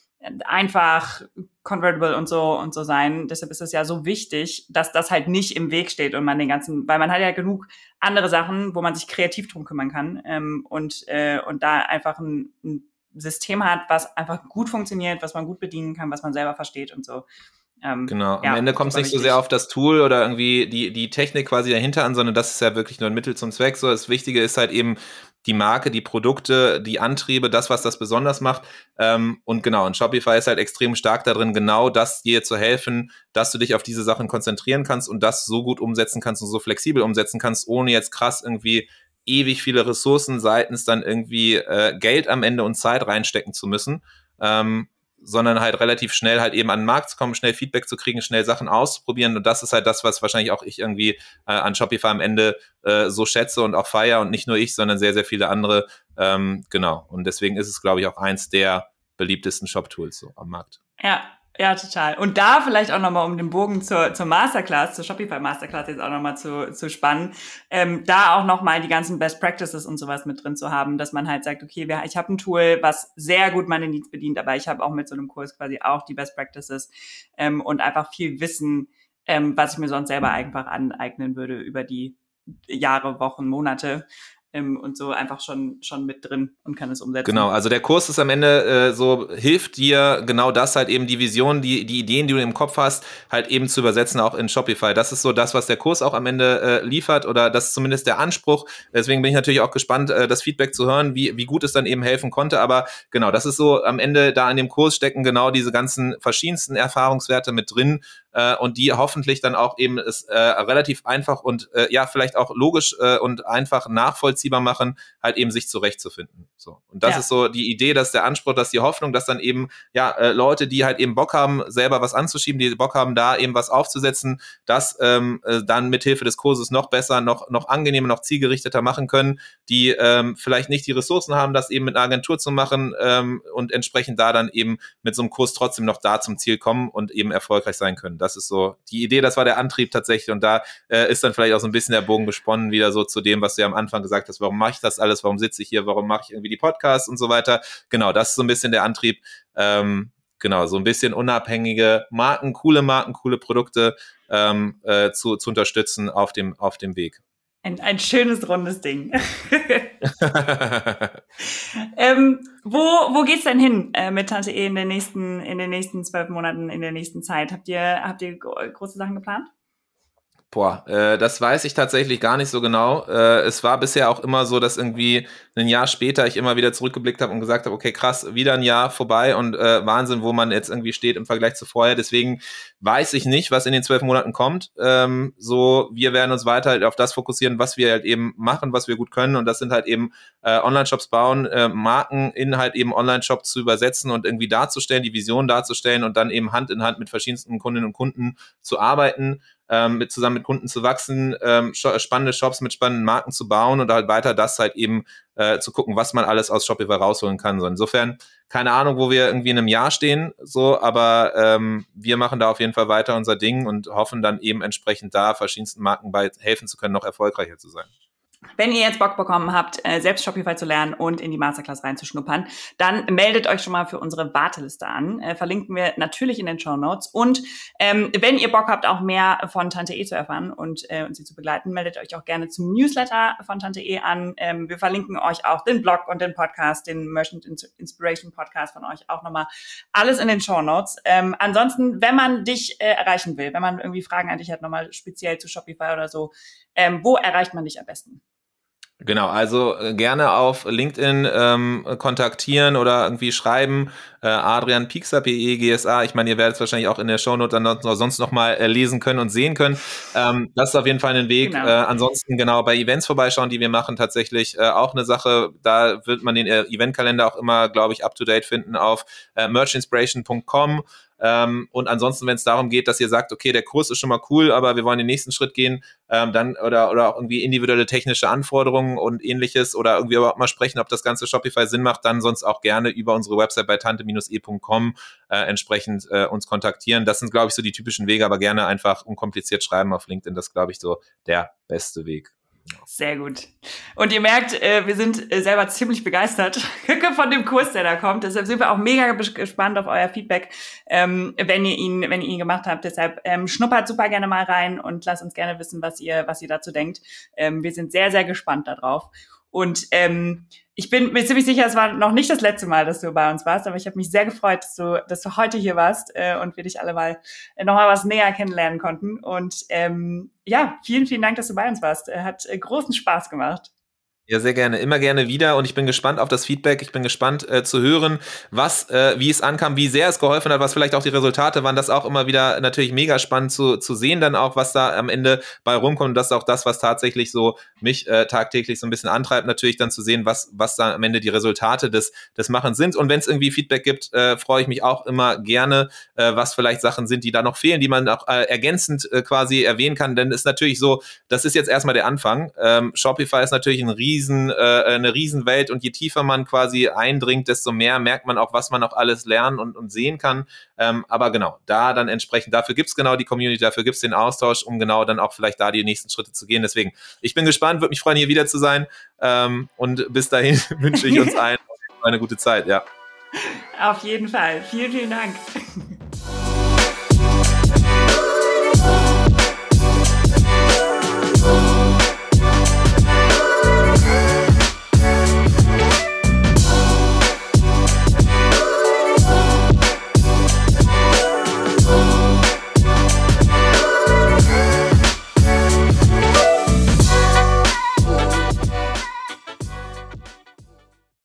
einfach convertible und so und so sein. Deshalb ist es ja so wichtig, dass das halt nicht im Weg steht und man den ganzen, weil man hat ja genug andere Sachen, wo man sich kreativ drum kümmern kann ähm, und äh, und da einfach ein, ein System hat, was einfach gut funktioniert, was man gut bedienen kann, was man selber versteht und so. Ähm, Genau, am ja, Ende kommt es nicht so wichtig. sehr auf das Tool oder irgendwie die, die Technik quasi dahinter an, sondern das ist ja wirklich nur ein Mittel zum Zweck. So, das Wichtige ist halt eben die Marke, die Produkte, die Antriebe, das, was das besonders macht. Ähm, und genau, und Shopify ist halt extrem stark darin, genau das dir zu helfen, dass du dich auf diese Sachen konzentrieren kannst und das so gut umsetzen kannst und so flexibel umsetzen kannst, ohne jetzt krass irgendwie ewig viele Ressourcen seitens dann irgendwie äh, Geld am Ende und Zeit reinstecken zu müssen. Ähm, sondern halt relativ schnell halt eben an den Markt zu kommen, schnell Feedback zu kriegen, schnell Sachen auszuprobieren. Und das ist halt das, was wahrscheinlich auch ich irgendwie äh, an Shopify am Ende äh, so schätze und auch feiere und nicht nur ich, sondern sehr, sehr viele andere. Ähm, genau. Und deswegen ist es, glaube ich, auch eins der beliebtesten Shop-Tools so am Markt. Ja, ja, total. Und da vielleicht auch nochmal, um den Bogen zur, zur Masterclass, zur Shopify Masterclass jetzt auch nochmal zu, zu spannen, ähm, da auch nochmal die ganzen Best Practices und sowas mit drin zu haben, dass man halt sagt, okay, wir, ich habe ein Tool, was sehr gut meine Needs bedient, aber ich habe auch mit so einem Kurs quasi auch die Best Practices ähm, und einfach viel Wissen, ähm, was ich mir sonst selber einfach aneignen würde über die Jahre, Wochen, Monate. Ähm, und so einfach schon schon mit drin und kann es umsetzen. Genau, also der Kurs ist am Ende äh, so, hilft dir genau das halt eben, die Vision, die die Ideen, die du im Kopf hast, halt eben zu übersetzen, auch in Shopify. Das ist so das, was der Kurs auch am Ende äh, liefert oder das ist zumindest der Anspruch. Deswegen bin ich natürlich auch gespannt, äh, das Feedback zu hören, wie wie gut es dann eben helfen konnte. Aber genau, das ist so, am Ende da in dem Kurs stecken genau diese ganzen verschiedensten Erfahrungswerte mit drin, äh, und die hoffentlich dann auch eben es äh, relativ einfach und äh, ja, vielleicht auch logisch äh, und einfach nachvollziehbar machen, halt eben sich zurechtzufinden. So. Und das Ja. ist so die Idee, dass der Anspruch, dass die Hoffnung, dass dann eben ja äh, Leute, die halt eben Bock haben, selber was anzuschieben, die Bock haben, da eben was aufzusetzen, das ähm, äh, dann mithilfe des Kurses noch besser, noch noch angenehmer, noch zielgerichteter machen können, die ähm, vielleicht nicht die Ressourcen haben, das eben mit einer Agentur zu machen ähm, und entsprechend da dann eben mit so einem Kurs trotzdem noch da zum Ziel kommen und eben erfolgreich sein können. Das ist so die Idee, das war der Antrieb tatsächlich und da äh, ist dann vielleicht auch so ein bisschen der Bogen gesponnen wieder so zu dem, was du ja am Anfang gesagt hast, warum mache ich das alles, warum sitze ich hier, warum mache ich irgendwie die Podcasts und so weiter. Genau, das ist so ein bisschen der Antrieb, ähm, genau, so ein bisschen unabhängige Marken, coole Marken, coole Produkte ähm, äh, zu, zu unterstützen auf dem, auf dem Weg. Ein, ein schönes, rundes Ding. ähm, wo, wo geht's denn hin äh, mit Tante E in den nächsten, in den nächsten zwölf Monaten, in der nächsten Zeit? Habt ihr, habt ihr große Sachen geplant? Boah, äh, das weiß ich tatsächlich gar nicht so genau. Äh, es war bisher auch immer so, dass irgendwie ein Jahr später ich immer wieder zurückgeblickt habe und gesagt habe, okay, krass, wieder ein Jahr vorbei und äh, Wahnsinn, wo man jetzt irgendwie steht im Vergleich zu vorher. Deswegen weiß ich nicht, was in den zwölf Monaten kommt. Ähm, so, wir werden uns weiter halt auf das fokussieren, was wir halt eben machen, was wir gut können. Und das sind halt eben äh, Online-Shops bauen, äh, Marken in halt eben Online-Shop zu übersetzen und irgendwie darzustellen, die Vision darzustellen und dann eben Hand in Hand mit verschiedensten Kundinnen und Kunden zu arbeiten. Ähm, mit, zusammen mit Kunden zu wachsen, ähm, spannende Shops mit spannenden Marken zu bauen und halt weiter das halt eben äh, zu gucken, was man alles aus Shopify rausholen kann. So insofern, keine Ahnung, wo wir irgendwie in einem Jahr stehen, so, aber ähm, wir machen da auf jeden Fall weiter unser Ding und hoffen dann eben entsprechend da verschiedensten Marken bei helfen zu können, noch erfolgreicher zu sein. Wenn ihr jetzt Bock bekommen habt, selbst Shopify zu lernen und in die Masterclass reinzuschnuppern, dann meldet euch schon mal für unsere Warteliste an. Äh, verlinken wir natürlich in den Shownotes. Und ähm, wenn ihr Bock habt, auch mehr von Tante E zu erfahren und, äh, und sie zu begleiten, meldet euch auch gerne zum Newsletter von Tante E an. Ähm, wir verlinken euch auch den Blog und den Podcast, den Merchant Inspiration Podcast von euch auch nochmal. Alles in den Shownotes. Ähm, ansonsten, wenn man dich äh, erreichen will, wenn man irgendwie Fragen an dich hat, nochmal speziell zu Shopify oder so, ähm, wo erreicht man dich am besten? Genau, also äh, gerne auf LinkedIn ähm, kontaktieren oder irgendwie schreiben. Äh, Adrian Piekser, P E G S A. Ich meine, ihr werdet es wahrscheinlich auch in der Shownote dann noch, sonst noch mal äh, lesen können und sehen können. Ähm, das ist auf jeden Fall ein Weg. Genau. Äh, ansonsten genau bei Events vorbeischauen, die wir machen, tatsächlich äh, auch eine Sache. Da wird man den äh, Eventkalender auch immer, glaube ich, up to date finden auf äh, merch inspiration punkt com. Ähm, und ansonsten, wenn es darum geht, dass ihr sagt, okay, der Kurs ist schon mal cool, aber wir wollen den nächsten Schritt gehen, ähm, dann oder, oder auch irgendwie individuelle technische Anforderungen und ähnliches oder irgendwie überhaupt mal sprechen, ob das ganze Shopify Sinn macht, dann sonst auch gerne über unsere Website bei tante e punkt com äh, entsprechend äh, uns kontaktieren. Das sind, glaube ich, so die typischen Wege, aber gerne einfach unkompliziert schreiben auf LinkedIn. Das ist, glaube ich, so der beste Weg. Sehr gut. Und ihr merkt, äh, wir sind äh, selber ziemlich begeistert von dem Kurs, der da kommt. Deshalb sind wir auch mega gespannt auf euer Feedback, ähm, wenn ihr ihn, wenn ihr ihn gemacht habt. Deshalb ähm, schnuppert super gerne mal rein und lasst uns gerne wissen, was ihr, was ihr dazu denkt. Ähm, wir sind sehr, sehr gespannt darauf. Und ähm, ich bin mir ziemlich sicher, es war noch nicht das letzte Mal, dass du bei uns warst, aber ich habe mich sehr gefreut, dass du, dass du heute hier warst äh, und wir dich alle mal äh, noch mal was näher kennenlernen konnten. Und ähm, ja, vielen, vielen Dank, dass du bei uns warst. Äh, hat äh, großen Spaß gemacht. Ja, sehr gerne. Immer gerne wieder. Und ich bin gespannt auf das Feedback. Ich bin gespannt äh, zu hören, was, äh, wie es ankam, wie sehr es geholfen hat, was vielleicht auch die Resultate waren. Das auch immer wieder natürlich mega spannend zu, zu sehen dann auch, was da am Ende bei rumkommt. Und das ist auch das, was tatsächlich so mich äh, tagtäglich so ein bisschen antreibt, natürlich dann zu sehen, was, was da am Ende die Resultate des, des Machens sind. Und wenn es irgendwie Feedback gibt, äh, freue ich mich auch immer gerne, äh, was vielleicht Sachen sind, die da noch fehlen, die man auch äh, ergänzend äh, quasi erwähnen kann. Denn es ist natürlich so, das ist jetzt erstmal der Anfang. Ähm, Shopify ist natürlich ein riesen Riesen, äh, eine Riesenwelt und je tiefer man quasi eindringt, desto mehr merkt man auch, was man auch alles lernen und, und sehen kann. Ähm, aber genau, da dann entsprechend, dafür gibt's genau die Community, dafür gibt's den Austausch, um genau dann auch vielleicht da die nächsten Schritte zu gehen. Deswegen, ich bin gespannt, würde mich freuen, hier wieder zu sein. Ähm, und bis dahin wünsche ich uns allen eine gute Zeit, ja. Auf jeden Fall. Vielen, vielen Dank.